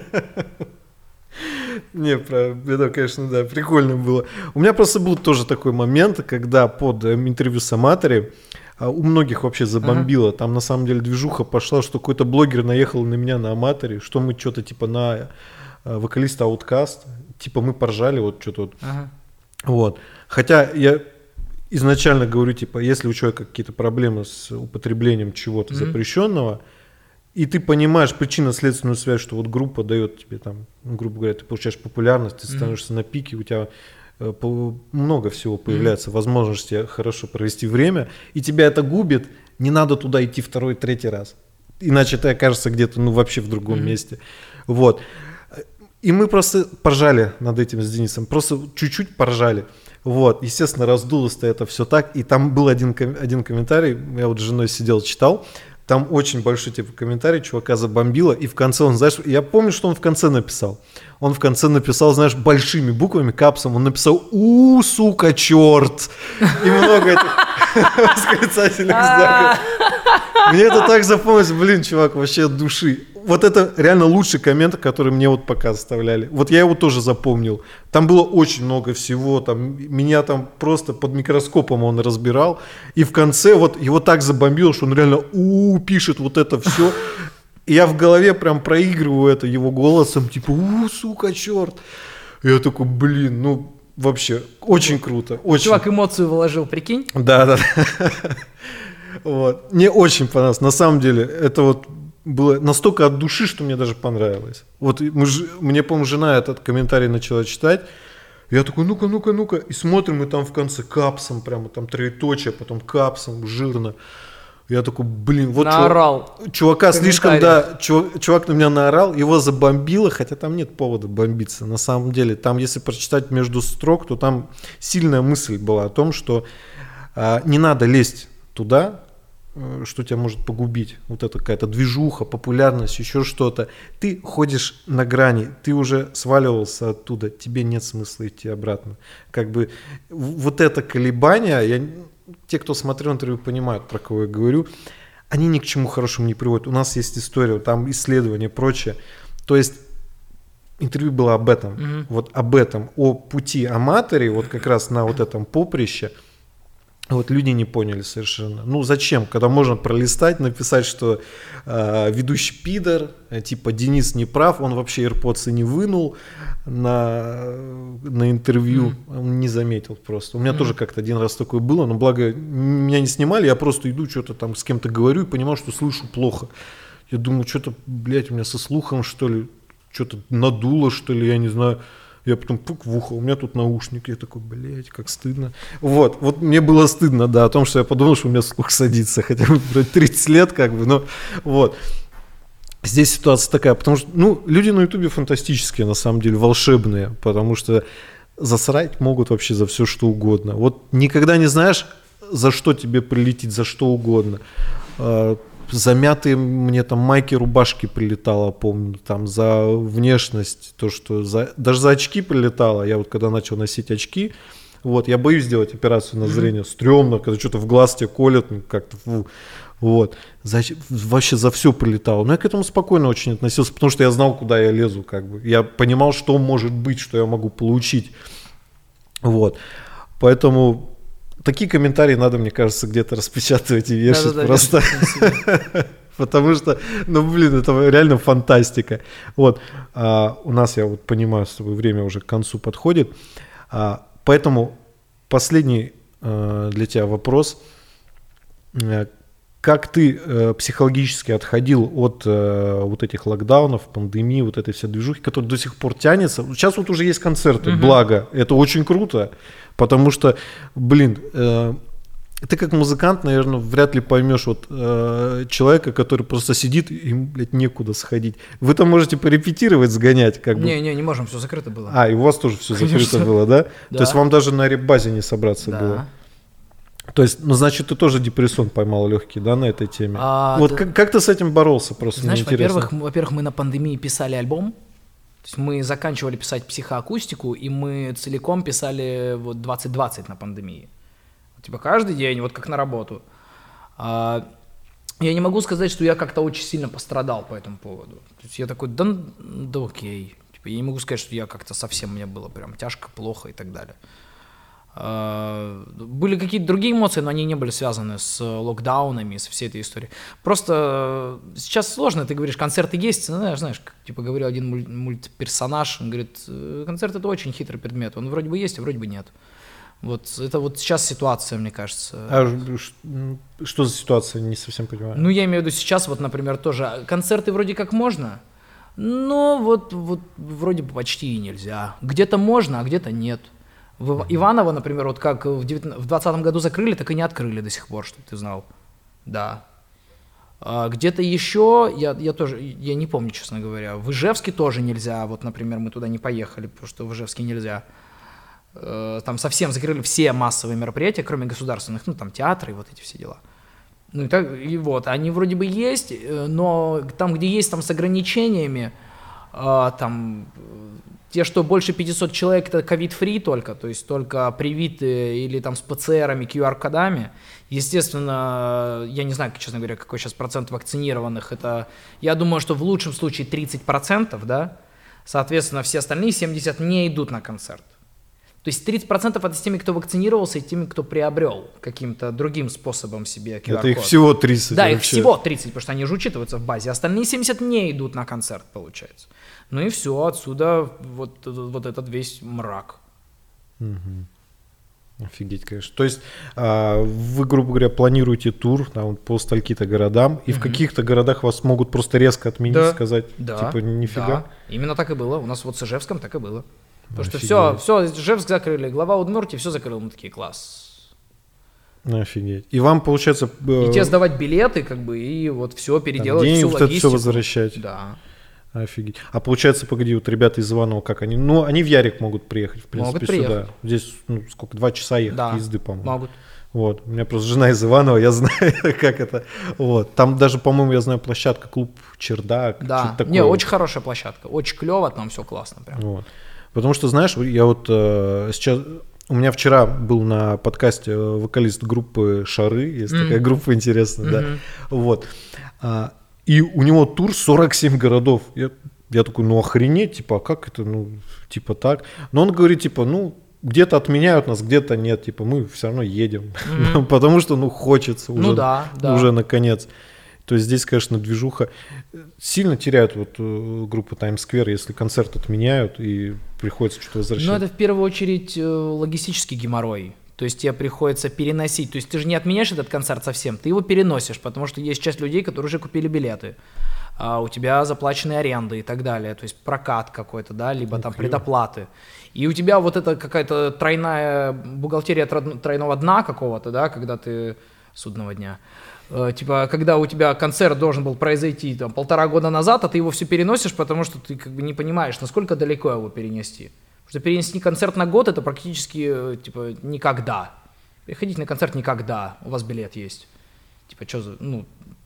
Не, это, конечно, да, прикольно было. У меня просто был тоже такой момент, когда под интервью с Аматори у многих вообще забомбило. Там на самом деле движуха пошла, что какой-то блогер наехал на меня на Аматори, что мы что-то типа на вокалиста Outkast, типа мы поржали, вот что-то вот. Вот. Хотя я изначально говорю, типа, если у человека какие-то проблемы с употреблением чего-то запрещенного, и ты понимаешь причинно-следственную связь, что вот группа дает тебе там, грубо говоря, ты получаешь популярность, ты становишься на пике, у тебя много всего появляется, возможности хорошо провести время, и тебя это губит, не надо туда идти второй, третий раз. Иначе ты окажешься где-то, ну, вообще в другом месте. Вот. И мы просто поржали над этим с Денисом, просто чуть-чуть поржали. Вот, естественно, раздулось-то это все так, и там был один комментарий, я вот с женой сидел, читал, там очень большой типа комментарий, чувака забомбило, и в конце он, знаешь, я помню, что он в конце написал. Он в конце написал, знаешь, большими буквами, капсом, он написал сука, черт! И много этих восклицательных знаков. Мне это так запомнилось, блин, чувак, вообще от души. Вот это реально лучший коммент, который мне вот пока оставляли. Вот я его тоже запомнил. Там было очень много всего, там, меня там просто под микроскопом он разбирал. И в конце вот его так забомбило, что он реально пишет вот это все. И я в голове прям проигрываю это его голосом, типа сука, черт. И я такой, блин, ну вообще очень круто. Очень. Чувак эмоцию вложил, прикинь? Да. Вот. Мне очень понравилось. На самом деле, это вот было настолько от души, что мне даже понравилось. Вот мне, по-моему, жена этот комментарий начала читать. Я такой, ну-ка. И смотрим, и там в конце капсом, прямо там троеточие, потом капсом, жирно. Я такой, блин, вот наорал. Чувака слишком, да, чувак на меня наорал, его забомбило, хотя там нет повода бомбиться. На самом деле, там, если прочитать между строк, то там сильная мысль была о том, что не надо лезть туда, что тебя может погубить. Вот это какая-то движуха, популярность, еще что-то. Ты ходишь на грани, ты уже сваливался оттуда, тебе нет смысла идти обратно. Как бы вот это колебание, те, кто смотрел интервью, понимают, про кого я говорю, они ни к чему хорошему не приводят. У нас есть история, там исследования и прочее. То есть интервью было об этом, вот об этом, о пути Аматори, вот как раз на вот этом поприще. Вот люди не поняли совершенно. Ну зачем, когда можно пролистать, написать, что ведущий пидор, типа Денис не прав, он вообще AirPods не вынул на интервью, он не заметил просто. У меня тоже как-то один раз такое было, но благо меня не снимали, я просто иду, что-то там с кем-то говорю и понимаю, что слышу плохо. Я думаю, что-то, блядь, у меня со слухом, что ли, что-то надуло, что ли, я не знаю. Я потом пук в ухо, у меня тут наушник, я такой, блядь, как стыдно. Вот мне было стыдно, да, о том, что я подумал, что у меня слух садится, хотя бы 30 лет, как бы, но вот. Здесь ситуация такая, потому что, ну, люди на Ютубе фантастические, на самом деле, волшебные, потому что засрать могут вообще за все, что угодно. Вот никогда не знаешь, за что тебе прилетит, за что угодно. замятые мне там майки, рубашки прилетало, помню, там за внешность, то, что даже за очки прилетало. Я вот когда начал носить очки, вот, я боюсь сделать операцию на зрение, стрёмно, когда что-то в глаз тебе колят, ну, как-то, вот, вообще за все прилетало. Но я к этому спокойно очень относился, потому что я знал, куда я лезу, как бы. Я понимал, что может быть, что я могу получить, вот. Поэтому такие комментарии надо, мне кажется, где-то распечатывать и вешать просто. Потому что, ну, блин, это реально фантастика. Вот, у нас, я вот понимаю, с тобой время уже к концу подходит. Поэтому последний для тебя вопрос. Как ты психологически отходил от вот этих локдаунов, пандемии, вот этой вся движухи, которая до сих пор тянется? Сейчас вот уже есть концерты, благо, это очень круто, потому что, блин, ты как музыкант, наверное, вряд ли поймешь вот человека, который просто сидит, и ему, блядь, некуда сходить. Вы там можете порепетировать, сгонять, как бы. Не можем, все закрыто было. И у вас тоже все закрыто было, да? То есть вам даже на реп-базе не собраться было. То есть, ну, значит, ты тоже депрессон поймал легкий, да, на этой теме? Вот как ты с этим боролся, просто знаешь, мне интересно. во-первых, мы на пандемии писали альбом, то есть мы заканчивали писать психоакустику, и мы целиком писали вот 2020 на пандемии. Типа каждый день, вот как на работу. Я не могу сказать, что я как-то очень сильно пострадал по этому поводу. То есть я такой, да окей. Типа, я не могу сказать, что я как-то совсем, мне было прям тяжко, плохо и так далее. Были какие-то другие эмоции, но они не были связаны с локдаунами, с всей этой историей. Просто сейчас сложно, ты говоришь, концерты есть, знаешь, как, типа говорил один мультперсонаж, он говорит, концерт — это очень хитрый предмет, он вроде бы есть, а вроде бы нет. Вот это вот сейчас ситуация, мне кажется. Что за ситуация, не совсем понимаю. Ну, я имею в виду сейчас, вот, например, тоже концерты вроде как можно, но вот вроде бы почти и нельзя. Где-то можно, а где-то нет. В Иваново, например, вот как в 2020 году закрыли, так и не открыли до сих пор, чтобы ты знал. Да. Где-то еще, я не помню, честно говоря. В Ижевске тоже нельзя. Вот, например, мы туда не поехали, потому что в Ижевске нельзя. Там совсем закрыли все массовые мероприятия, кроме государственных, ну, там театры и вот эти все дела. Ну, и вот, они вроде бы есть, но там, где есть, там с ограничениями, там... Те, что больше 500 человек, это ковид-фри только, то есть только привитые или там с ПЦРами, QR-кодами. Естественно, я не знаю, честно говоря, какой сейчас процент вакцинированных. Это, я думаю, что в лучшем случае 30%, да? Соответственно, все остальные 70% не идут на концерт. То есть 30% это с теми, кто вакцинировался, и теми, кто приобрел каким-то другим способом себе QR-код. Это их всего 30. Да, вообще. их всего 30, потому что они же учитываются в базе. Остальные 70 не идут на концерт, получается. Ну и все, отсюда вот этот весь мрак. Офигеть, конечно. То есть вы, грубо говоря, планируете тур там, по стольки-то городам, и в каких-то городах вас могут просто резко отменить, сказать, типа, нифига? Да, именно так и было. У нас вот с Ижевском так и было. Потому что все, Ижевск закрыли, глава Удмуртии все закрыл. Мы такие, класс. Офигеть. И вам, получается... И тебе сдавать билеты, как бы, и вот все переделать, всю логистику. Это все возвращать. Да. Офигеть. А получается, погоди, вот ребята из Иванова, как они? Ну, они в Ярик могут приехать, в принципе, могут приехать. сюда. Здесь, ну, сколько, 2 часа ехать езды, по-моему. Могут. Вот. У меня просто жена из Иванова, я знаю, как это. Вот. Там даже, по-моему, я знаю, площадка, клуб «Чердак». Да, не, очень хорошая площадка, очень клево, там все классно прям. Вот. Потому что, знаешь, я вот сейчас... У меня вчера был на подкасте вокалист группы «Шары», есть такая группа интересная, да. Вот. И у него тур 47 городов. Я такой, ну охренеть, типа, а как это, ну, типа так. Но он говорит, типа, ну, где-то отменяют нас, где-то нет, типа, мы все равно едем. Потому что, ну, хочется уже, уже наконец. То есть здесь, конечно, движуха. Сильно теряют вот группу Times Square, если концерт отменяют и приходится что-то возвращать. Ну, это в первую очередь логистический геморрой. То есть тебе приходится переносить. То есть ты же не отменяешь этот концерт совсем, ты его переносишь, потому что есть часть людей, которые уже купили билеты. У тебя заплачены аренды и так далее. То есть прокат какой-то, да, либо там предоплаты. И у тебя вот это какая-то тройная бухгалтерия тройного дна какого-то, да, когда ты... Судного дня. Типа, когда у тебя концерт должен был произойти там 1,5 года назад, а ты его все переносишь, потому что ты как бы не понимаешь, насколько далеко его перенести. Потому что перенести концерт на год — это практически, типа, никогда. Приходите на концерт никогда, у вас билет есть. Типа, что за, ну,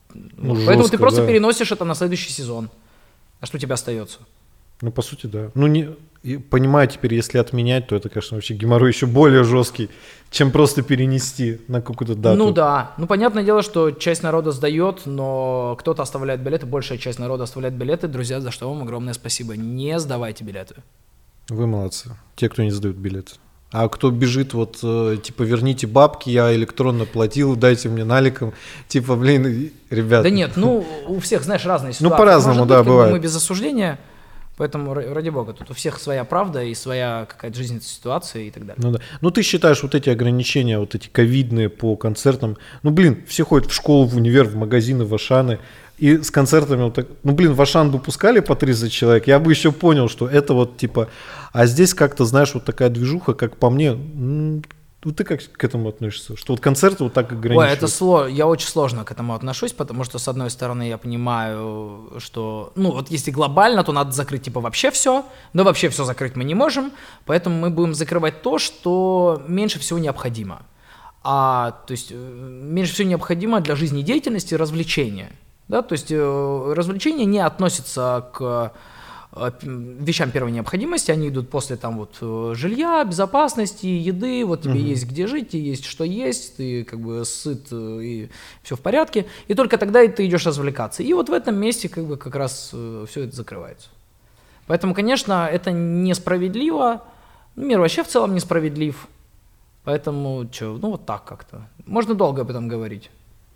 Ну, поэтому жестко, ты просто да. переносишь это на следующий сезон. А что у тебя остается? Ну, по сути, да. Ну, понимаю теперь, если отменять, то это, конечно, вообще геморрой еще более жесткий, чем просто перенести на какую-то дату. Ну да. Ну, понятное дело, что часть народа сдает, но кто-то оставляет билеты, большая часть народа оставляет билеты. Друзья, за что вам огромное спасибо. Не сдавайте билеты. Вы молодцы. Те, кто не сдают билеты. А кто бежит, вот, типа, верните бабки, я электронно платил, дайте мне наликом. Типа, блин, ребят. Да нет, ну, у всех, знаешь, разные ситуации. Ну, по-разному, Может да, быть, бывает. Мы без осуждения, поэтому, ради бога, тут у всех своя правда и своя какая-то жизненная ситуация и так далее. Ну, да. Ну, ты считаешь вот эти ограничения, вот эти ковидные по концертам, ну, блин, все ходят в школу, в универ, в магазины, в Ашаны, и с концертами вот так, ну, блин, в Ашан бы пускали по 30 человек, я бы еще понял, что это вот, типа, а здесь как-то, знаешь, вот такая движуха, как по мне, ну, ты как к этому относишься? Что вот концерты вот так ограничивают? Ой, это я очень сложно к этому отношусь, потому что, с одной стороны, я понимаю, что, ну, вот если глобально, то надо закрыть, типа, вообще все, но вообще все закрыть мы не можем, поэтому мы будем закрывать то, что меньше всего необходимо. То есть, меньше всего необходимо для жизнедеятельности развлечения, да, то есть, развлечения не относятся к вещам первой необходимости, они идут после там вот жилья, безопасности, еды, вот тебе есть где жить, тебе есть что есть, ты как бы сыт и все в порядке, и только тогда и ты идешь развлекаться. И вот в этом месте как бы как раз все это закрывается. Поэтому, конечно, это несправедливо, мир вообще в целом несправедлив, поэтому ну вот так как-то. Можно долго об этом говорить.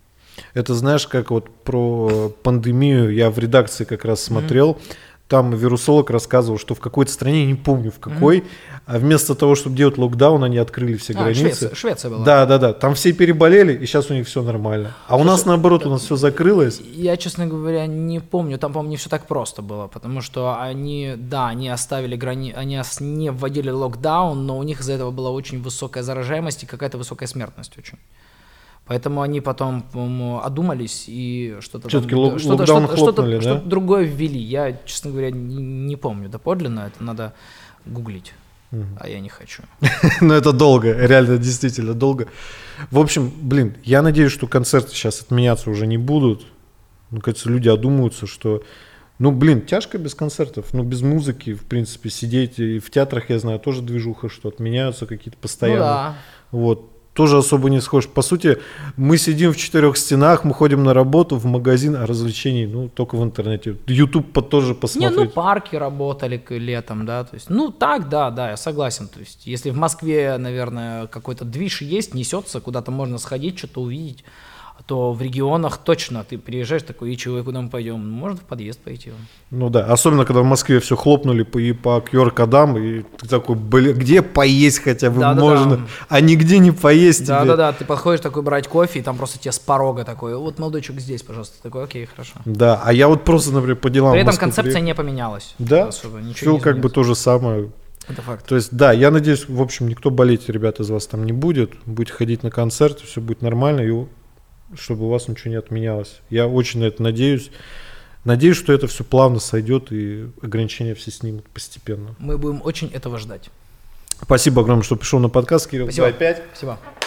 Это знаешь, как вот про пандемию я в редакции как раз смотрел. Там вирусолог рассказывал, что в какой-то стране, не помню в какой, а вместо того, чтобы делать локдаун, они открыли все границы. Швеция была. Да. Там все переболели, и сейчас у них все нормально. А у нас наоборот, у нас все закрылось. Я, честно говоря, не помню. Там, по-моему, не все так просто было, потому что они оставили они не вводили локдаун, но у них из-за этого была очень высокая заражаемость и какая-то высокая смертность очень. Поэтому они потом, по-моему, одумались и что-то Все-таки локдаун хлопнули, да? Что-то другое ввели. Я, честно говоря, не помню доподлинно. Это надо гуглить, а я не хочу. Но это долго, реально, действительно долго. В общем, блин, я надеюсь, что концерты сейчас отменяться уже не будут. Ну, кажется, люди одумаются, что, ну, блин, тяжко без концертов, ну, без музыки, в принципе, сидеть. И в театрах, я знаю, тоже движуха, что отменяются какие-то постоянно. Ну да. Вот. Тоже особо не схож. По сути, мы сидим в 4 стенах, мы ходим на работу, в магазин, а развлечений, ну, только в интернете. YouTube тоже посмотреть. Не, ну, парки работали летом, да, то есть, ну, так, да, я согласен, то есть, если в Москве, наверное, какой-то движ есть, несется, куда-то можно сходить, что-то увидеть, то в регионах точно ты приезжаешь такой, и чего, куда мы пойдем? Можно в подъезд пойти. Ну да, особенно, когда в Москве все хлопнули по QR-кодам, и ты такой, блин, где поесть хотя бы можно, а нигде не поесть тебе. Да, ты подходишь такой брать кофе, и там просто тебе с порога такой, вот, молодой человек, здесь, пожалуйста. Такой, окей, хорошо. Да, а я вот просто, например, по делам При этом концепция не поменялась. Да, особо, все как бы то же самое. Это факт. То есть, да, я надеюсь, в общем, никто болеть, ребята, из вас там не будет, будете ходить на концерты, все будет нормально, и чтобы у вас ничего не отменялось. Я очень на это надеюсь. Надеюсь, что это все плавно сойдет и ограничения все снимут постепенно. Мы будем очень этого ждать. Спасибо огромное, что пришел на подкаст, Кирилл. Спасибо. 2.5. Спасибо.